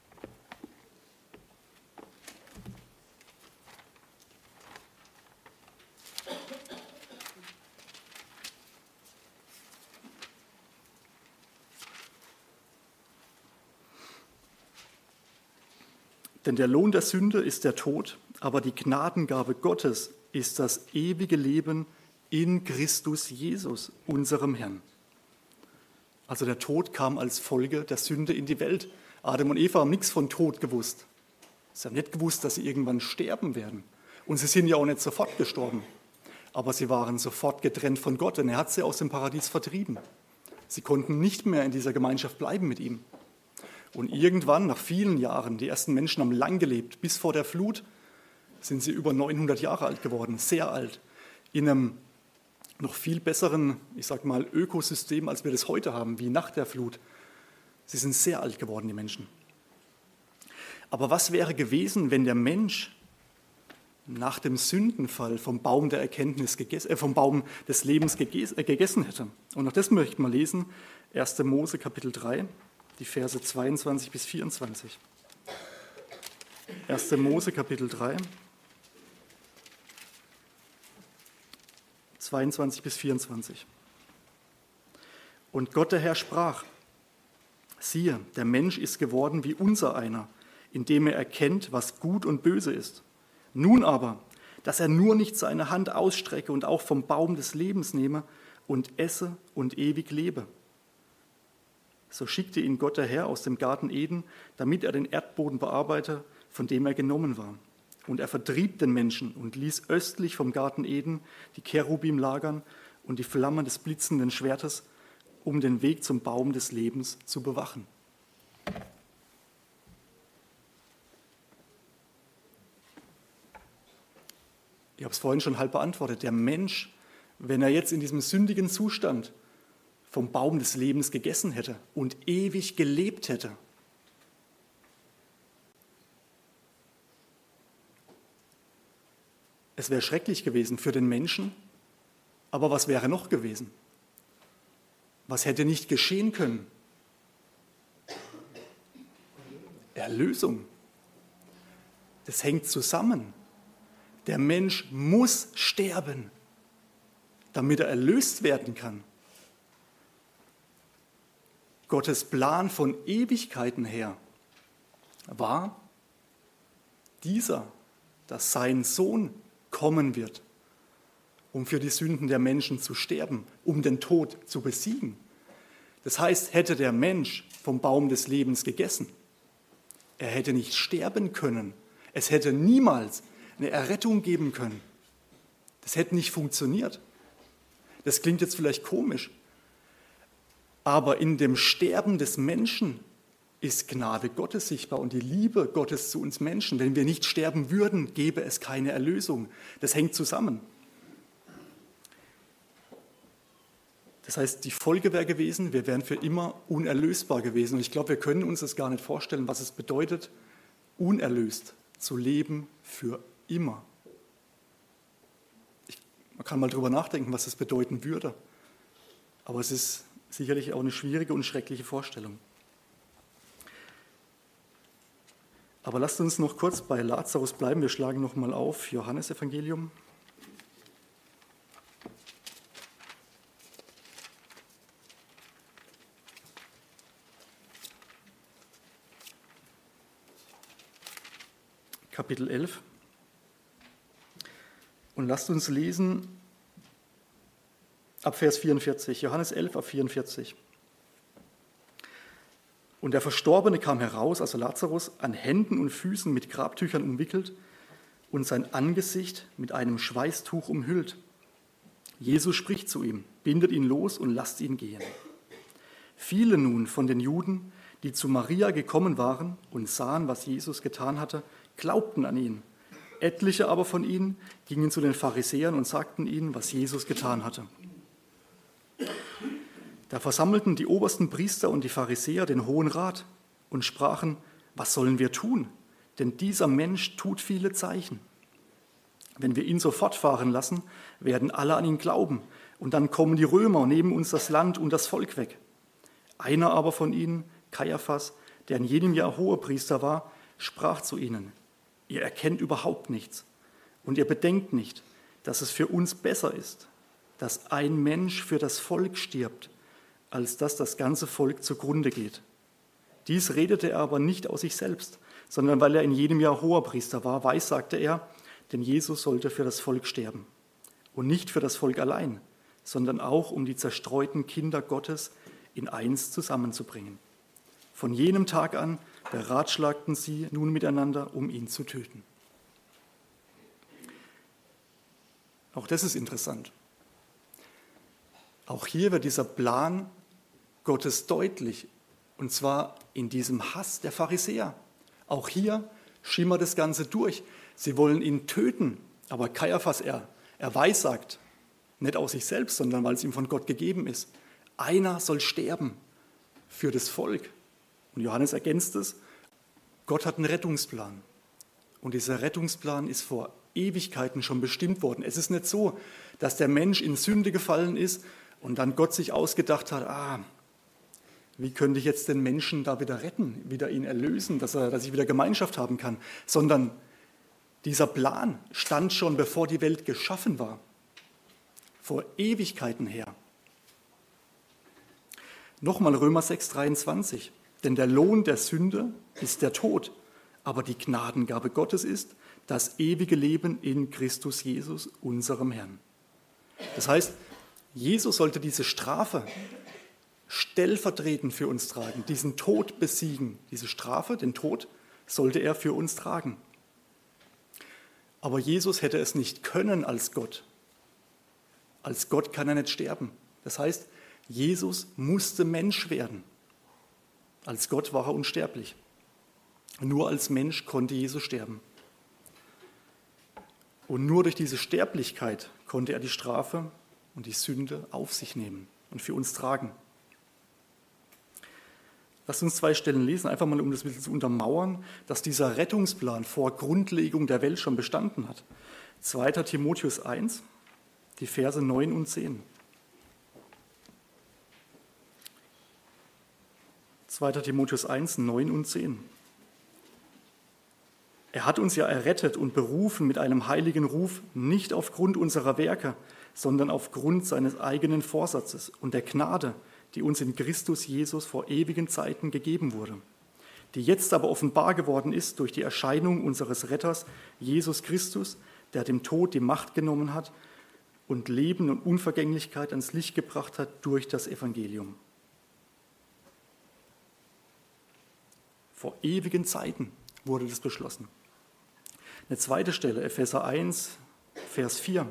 Denn der Lohn der Sünde ist der Tod, aber die Gnadengabe Gottes ist das ewige Leben in Christus Jesus, unserem Herrn. Also der Tod kam als Folge der Sünde in die Welt. Adam und Eva haben nichts von Tod gewusst. Sie haben nicht gewusst, dass sie irgendwann sterben werden. Und sie sind ja auch nicht sofort gestorben. Aber sie waren sofort getrennt von Gott, denn er hat sie aus dem Paradies vertrieben. Sie konnten nicht mehr in dieser Gemeinschaft bleiben mit ihm. Und irgendwann, nach vielen Jahren, die ersten Menschen haben lang gelebt, bis vor der Flut, sind sie über neunhundert Jahre alt geworden, sehr alt, in einem noch viel besseren, ich sag mal, Ökosystem, als wir das heute haben, wie nach der Flut. Sie sind sehr alt geworden, die Menschen. Aber was wäre gewesen, wenn der Mensch nach dem Sündenfall vom Baum der Erkenntnis gegessen, äh, vom Baum des Lebens gegessen, äh, gegessen hätte? Und auch das möchten wir lesen, erster Mose Kapitel drei. Die Verse zweiundzwanzig bis vierundzwanzig. erster Mose, Kapitel drei, zweiundzwanzig bis vierundzwanzig. Und Gott der Herr sprach, siehe, der Mensch ist geworden wie unser einer, indem er erkennt, was gut und böse ist. Nun aber, dass er nur nicht seine Hand ausstrecke und auch vom Baum des Lebens nehme und esse und ewig lebe. So schickte ihn Gott der Herr aus dem Garten Eden, damit er den Erdboden bearbeite, von dem er genommen war. Und er vertrieb den Menschen und ließ östlich vom Garten Eden die Cherubim lagern und die Flamme des blitzenden Schwertes, um den Weg zum Baum des Lebens zu bewachen. Ich habe es vorhin schon halb beantwortet. Der Mensch, wenn er jetzt in diesem sündigen Zustand vom Baum des Lebens gegessen hätte und ewig gelebt hätte. Es wäre schrecklich gewesen für den Menschen, aber was wäre noch gewesen? Was hätte nicht geschehen können? Erlösung. Das hängt zusammen. Der Mensch muss sterben, damit er erlöst werden kann. Gottes Plan von Ewigkeiten her war dieser, dass sein Sohn kommen wird, um für die Sünden der Menschen zu sterben, um den Tod zu besiegen. Das heißt, hätte der Mensch vom Baum des Lebens gegessen, er hätte nicht sterben können. Es hätte niemals eine Errettung geben können. Das hätte nicht funktioniert. Das klingt jetzt vielleicht komisch. Aber in dem Sterben des Menschen ist Gnade Gottes sichtbar und die Liebe Gottes zu uns Menschen. Wenn wir nicht sterben würden, gäbe es keine Erlösung. Das hängt zusammen. Das heißt, die Folge wäre gewesen, wir wären für immer unerlösbar gewesen. Und ich glaube, wir können uns das gar nicht vorstellen, was es bedeutet, unerlöst zu leben für immer. Ich, man kann mal drüber nachdenken, was das bedeuten würde. Aber es ist sicherlich auch eine schwierige und schreckliche Vorstellung. Aber lasst uns noch kurz bei Lazarus bleiben. Wir schlagen noch mal auf Johannesevangelium. Kapitel elf. Und lasst uns lesen ab Vers vierundvierzig. Johannes elf, ab vierundvierzig. Und der Verstorbene kam heraus, also Lazarus, an Händen und Füßen mit Grabtüchern umwickelt und sein Angesicht mit einem Schweißtuch umhüllt. Jesus spricht zu ihm, bindet ihn los und lasst ihn gehen. Viele nun von den Juden, die zu Maria gekommen waren und sahen, was Jesus getan hatte, glaubten an ihn. Etliche aber von ihnen gingen zu den Pharisäern und sagten ihnen, was Jesus getan hatte. Da versammelten die obersten Priester und die Pharisäer den Hohen Rat und sprachen, was sollen wir tun? Denn dieser Mensch tut viele Zeichen. Wenn wir ihn so fortfahren lassen, werden alle an ihn glauben. Und dann kommen die Römer und nehmen uns das Land und das Volk weg. Einer aber von ihnen, Kaiaphas, der in jenem Jahr Hohepriester war, sprach zu ihnen, ihr erkennt überhaupt nichts und ihr bedenkt nicht, dass es für uns besser ist, dass ein Mensch für das Volk stirbt, als dass das ganze Volk zugrunde geht. Dies redete er aber nicht aus sich selbst, sondern weil er in jedem Jahr Hohepriester war, weissagte er, denn Jesus sollte für das Volk sterben. Und nicht für das Volk allein, sondern auch um die zerstreuten Kinder Gottes in eins zusammenzubringen. Von jenem Tag an beratschlagten sie nun miteinander, um ihn zu töten. Auch das ist interessant. Auch hier wird dieser Plan Gottes deutlich, und zwar in diesem Hass der Pharisäer. Auch hier schimmert das Ganze durch. Sie wollen ihn töten, aber Kaiaphas, er, er weissagt, nicht aus sich selbst, sondern weil es ihm von Gott gegeben ist. Einer soll sterben für das Volk. Und Johannes ergänzt es, Gott hat einen Rettungsplan. Und dieser Rettungsplan ist vor Ewigkeiten schon bestimmt worden. Es ist nicht so, dass der Mensch in Sünde gefallen ist und dann Gott sich ausgedacht hat, ah, wie könnte ich jetzt den Menschen da wieder retten, wieder ihn erlösen, dass er, dass ich wieder Gemeinschaft haben kann, sondern dieser Plan stand schon, bevor die Welt geschaffen war, vor Ewigkeiten her. Nochmal Römer sechs, dreiundzwanzig. Denn der Lohn der Sünde ist der Tod, aber die Gnadengabe Gottes ist das ewige Leben in Christus Jesus, unserem Herrn. Das heißt, Jesus sollte diese Strafe stellvertretend für uns tragen, diesen Tod besiegen. Diese Strafe, den Tod, sollte er für uns tragen. Aber Jesus hätte es nicht können als Gott. Als Gott kann er nicht sterben. Das heißt, Jesus musste Mensch werden. Als Gott war er unsterblich. Nur als Mensch konnte Jesus sterben. Und nur durch diese Sterblichkeit konnte er die Strafe und die Sünde auf sich nehmen und für uns tragen. Lasst uns zwei Stellen lesen, einfach mal, um das ein bisschen zu untermauern, dass dieser Rettungsplan vor Grundlegung der Welt schon bestanden hat. zweiter Timotheus eins, die Verse neun und zehn. zweiter Timotheus eins, neun und zehn. Er hat uns ja errettet und berufen mit einem heiligen Ruf, nicht aufgrund unserer Werke, sondern aufgrund seines eigenen Vorsatzes und der Gnade, die uns in Christus Jesus vor ewigen Zeiten gegeben wurde, die jetzt aber offenbar geworden ist durch die Erscheinung unseres Retters, Jesus Christus, der dem Tod die Macht genommen hat und Leben und Unvergänglichkeit ans Licht gebracht hat durch das Evangelium. Vor ewigen Zeiten wurde das beschlossen. Eine zweite Stelle, Epheser eins, Vers vier.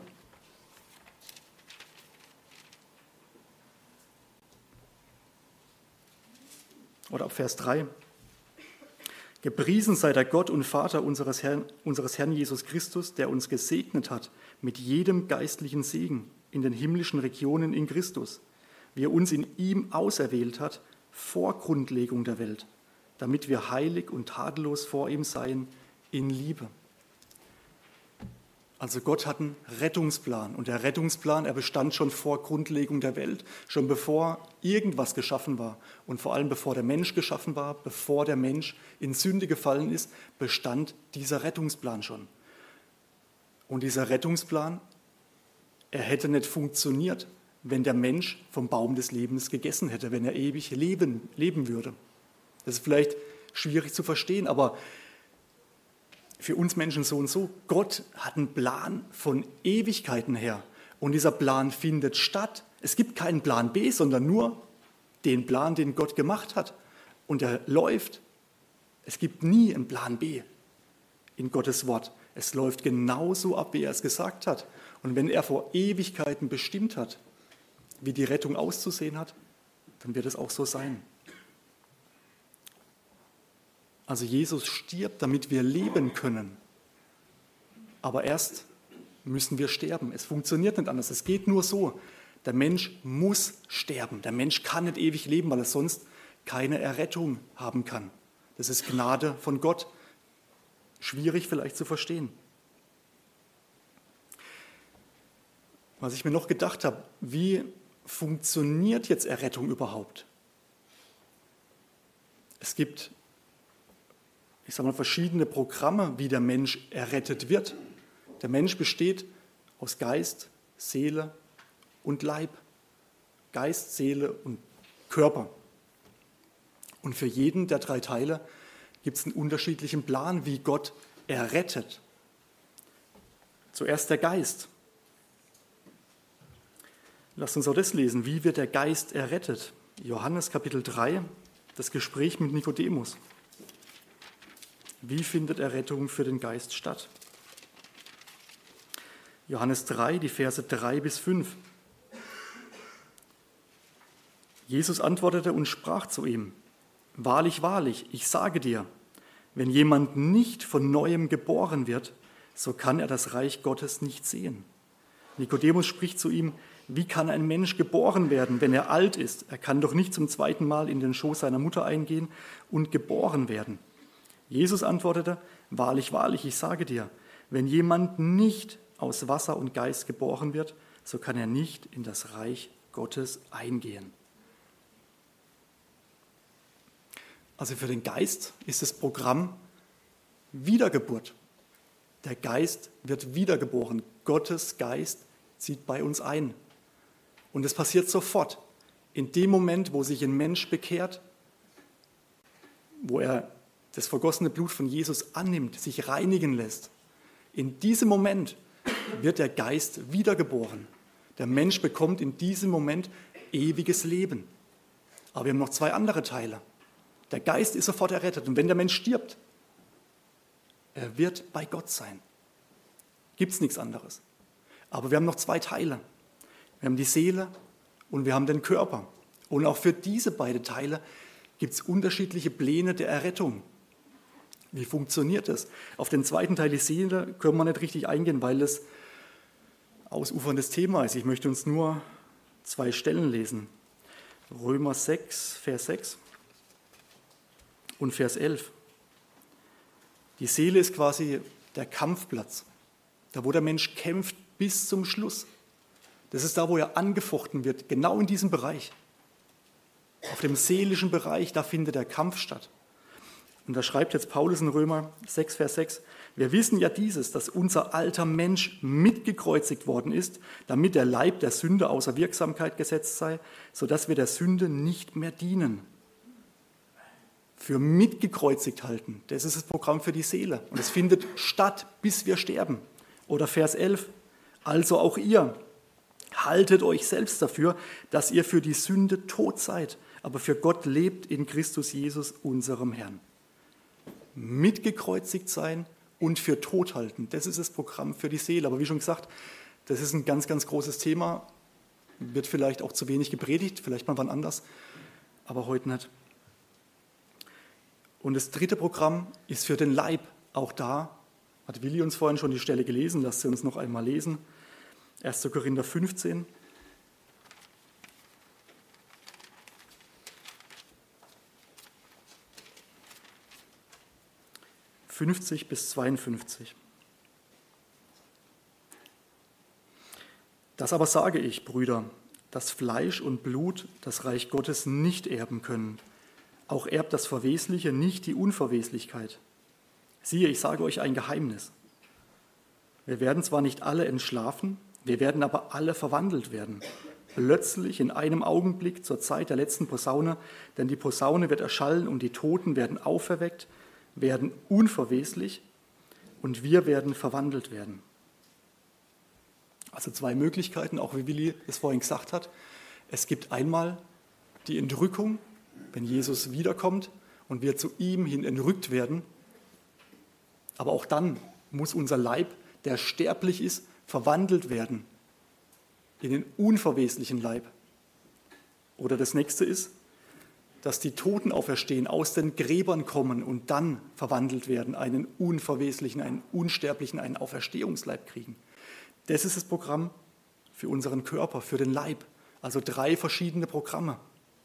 Oder ab Vers drei. Gepriesen sei der Gott und Vater unseres Herrn, unseres Herrn Jesus Christus, der uns gesegnet hat mit jedem geistlichen Segen in den himmlischen Regionen in Christus, wie er uns in ihm auserwählt hat vor Grundlegung der Welt, damit wir heilig und tadellos vor ihm seien in Liebe. Also Gott hat einen Rettungsplan und der Rettungsplan, er bestand schon vor Grundlegung der Welt, schon bevor irgendwas geschaffen war und vor allem bevor der Mensch geschaffen war, bevor der Mensch in Sünde gefallen ist, bestand dieser Rettungsplan schon. Und dieser Rettungsplan, er hätte nicht funktioniert, wenn der Mensch vom Baum des Lebens gegessen hätte, wenn er ewig leben, leben würde. Das ist vielleicht schwierig zu verstehen, aber für uns Menschen so und so, Gott hat einen Plan von Ewigkeiten her und dieser Plan findet statt. Es gibt keinen Plan B, sondern nur den Plan, den Gott gemacht hat und er läuft. Es gibt nie einen Plan B in Gottes Wort. Es läuft genauso ab, wie er es gesagt hat. Und wenn er vor Ewigkeiten bestimmt hat, wie die Rettung auszusehen hat, dann wird es auch so sein. Also Jesus stirbt, damit wir leben können. Aber erst müssen wir sterben. Es funktioniert nicht anders. Es geht nur so. Der Mensch muss sterben. Der Mensch kann nicht ewig leben, weil er sonst keine Errettung haben kann. Das ist Gnade von Gott. Schwierig vielleicht zu verstehen. Was ich mir noch gedacht habe, wie funktioniert jetzt Errettung überhaupt? Es gibt, ich sage mal, verschiedene Programme, wie der Mensch errettet wird. Der Mensch besteht aus Geist, Seele und Leib. Geist, Seele und Körper. Und für jeden der drei Teile gibt es einen unterschiedlichen Plan, wie Gott errettet. Zuerst der Geist. Lasst uns auch das lesen. Wie wird der Geist errettet? Johannes Kapitel drei, das Gespräch mit Nikodemus. Wie findet Errettung für den Geist statt? Johannes drei, die Verse drei bis fünf. Jesus antwortete und sprach zu ihm: Wahrlich, wahrlich, ich sage dir, wenn jemand nicht von Neuem geboren wird, so kann er das Reich Gottes nicht sehen. Nikodemus spricht zu ihm: Wie kann ein Mensch geboren werden, wenn er alt ist? Er kann doch nicht zum zweiten Mal in den Schoß seiner Mutter eingehen und geboren werden. Jesus antwortete: Wahrlich, wahrlich, ich sage dir, wenn jemand nicht aus Wasser und Geist geboren wird, so kann er nicht in das Reich Gottes eingehen. Also für den Geist ist das Programm Wiedergeburt. Der Geist wird wiedergeboren. Gottes Geist zieht bei uns ein. Und es passiert sofort. In dem Moment, wo sich ein Mensch bekehrt, wo er das vergossene Blut von Jesus annimmt, sich reinigen lässt, in diesem Moment wird der Geist wiedergeboren. Der Mensch bekommt in diesem Moment ewiges Leben. Aber wir haben noch zwei andere Teile. Der Geist ist sofort errettet. Und wenn der Mensch stirbt, er wird bei Gott sein. Gibt es nichts anderes. Aber wir haben noch zwei Teile. Wir haben die Seele und wir haben den Körper. Und auch für diese beiden Teile gibt es unterschiedliche Pläne der Errettung. Wie funktioniert das? Auf den zweiten Teil, die Seele, können wir nicht richtig eingehen, weil es ausuferndes Thema ist. Ich möchte uns nur zwei Stellen lesen. Römer sechs, Vers sechs und Vers elf. Die Seele ist quasi der Kampfplatz, da wo der Mensch kämpft bis zum Schluss. Das ist da, wo er angefochten wird, genau in diesem Bereich. Auf dem seelischen Bereich, da findet der Kampf statt. Und da schreibt jetzt Paulus in Römer sechs, Vers sechs, wir wissen ja dieses, dass unser alter Mensch mitgekreuzigt worden ist, damit der Leib der Sünde außer Wirksamkeit gesetzt sei, sodass wir der Sünde nicht mehr dienen. Für mitgekreuzigt halten, das ist das Programm für die Seele. Und es findet statt, bis wir sterben. Oder Vers elf, also auch ihr, haltet euch selbst dafür, dass ihr für die Sünde tot seid, aber für Gott lebt in Christus Jesus, unserem Herrn. Mitgekreuzigt sein und für tot halten, das ist das Programm für die Seele. Aber wie schon gesagt, das ist ein ganz, ganz großes Thema, wird vielleicht auch zu wenig gepredigt, vielleicht mal wann anders, aber heute nicht. Und das dritte Programm ist für den Leib. Auch da hat Willi uns vorhin schon die Stelle gelesen, lasst sie uns noch einmal lesen. erster Korinther fünfzehn. fünfzig bis zweiundfünfzig. Das aber sage ich, Brüder, dass Fleisch und Blut das Reich Gottes nicht erben können. Auch erbt das Verwesliche nicht die Unverweslichkeit. Siehe, ich sage euch ein Geheimnis. Wir werden zwar nicht alle entschlafen, wir werden aber alle verwandelt werden. Plötzlich in einem Augenblick zur Zeit der letzten Posaune, denn die Posaune wird erschallen und die Toten werden auferweckt, werden unverweslich und wir werden verwandelt werden. Also zwei Möglichkeiten, auch wie Willi es vorhin gesagt hat. Es gibt einmal die Entrückung, wenn Jesus wiederkommt und wir zu ihm hin entrückt werden. Aber auch dann muss unser Leib, der sterblich ist, verwandelt werden in den unverweslichen Leib. Oder das nächste ist, dass die Toten auferstehen, aus den Gräbern kommen und dann verwandelt werden, einen unverweslichen, einen unsterblichen, einen Auferstehungsleib kriegen. Das ist das Programm für unseren Körper, für den Leib. Also drei verschiedene Programme.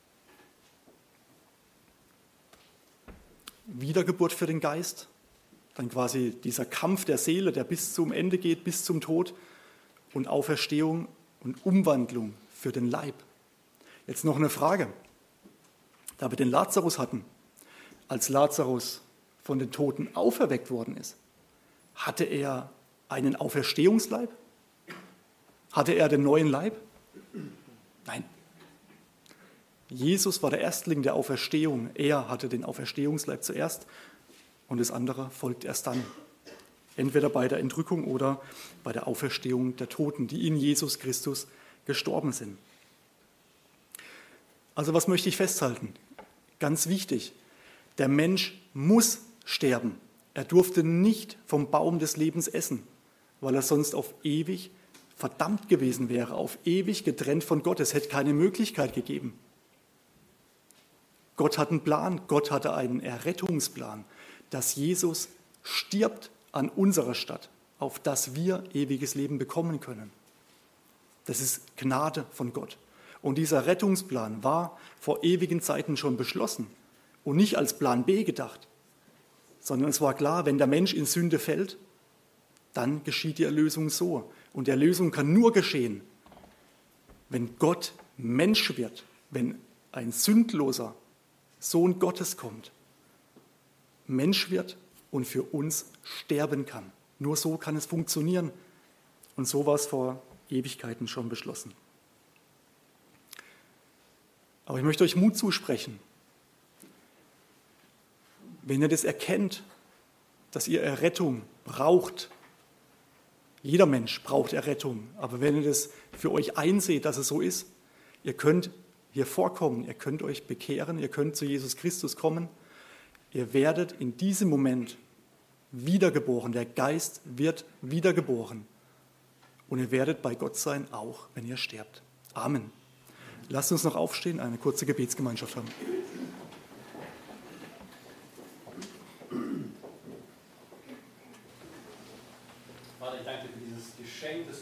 Wiedergeburt für den Geist, dann quasi dieser Kampf der Seele, der bis zum Ende geht, bis zum Tod, und Auferstehung und Umwandlung für den Leib. Jetzt noch eine Frage. Da wir den Lazarus hatten, als Lazarus von den Toten auferweckt worden ist, hatte er einen Auferstehungsleib? Hatte er den neuen Leib? Nein. Jesus war der Erstling der Auferstehung. Er hatte den Auferstehungsleib zuerst und das andere folgt erst dann. Entweder bei der Entrückung oder bei der Auferstehung der Toten, die in Jesus Christus gestorben sind. Also was möchte ich festhalten? Ganz wichtig, der Mensch muss sterben. Er durfte nicht vom Baum des Lebens essen, weil er sonst auf ewig verdammt gewesen wäre, auf ewig getrennt von Gott. Es hätte keine Möglichkeit gegeben. Gott hat einen Plan, Gott hatte einen Errettungsplan, dass Jesus stirbt an unserer Stadt, auf dass wir ewiges Leben bekommen können. Das ist Gnade von Gott. Und dieser Rettungsplan war vor ewigen Zeiten schon beschlossen und nicht als Plan B gedacht, sondern es war klar, wenn der Mensch in Sünde fällt, dann geschieht die Erlösung so. Und die Erlösung kann nur geschehen, wenn Gott Mensch wird, wenn ein sündloser Sohn Gottes kommt, Mensch wird und für uns sterben kann. Nur so kann es funktionieren. Und so war es vor Ewigkeiten schon beschlossen. Aber ich möchte euch Mut zusprechen. Wenn ihr das erkennt, dass ihr Errettung braucht, jeder Mensch braucht Errettung, aber wenn ihr das für euch einseht, dass es so ist, ihr könnt hier vorkommen, ihr könnt euch bekehren, ihr könnt zu Jesus Christus kommen, ihr werdet in diesem Moment wiedergeboren, der Geist wird wiedergeboren und ihr werdet bei Gott sein, auch wenn ihr sterbt. Amen. Lasst uns noch aufstehen, eine kurze Gebetsgemeinschaft haben. Vater, ich danke für dieses Geschenk des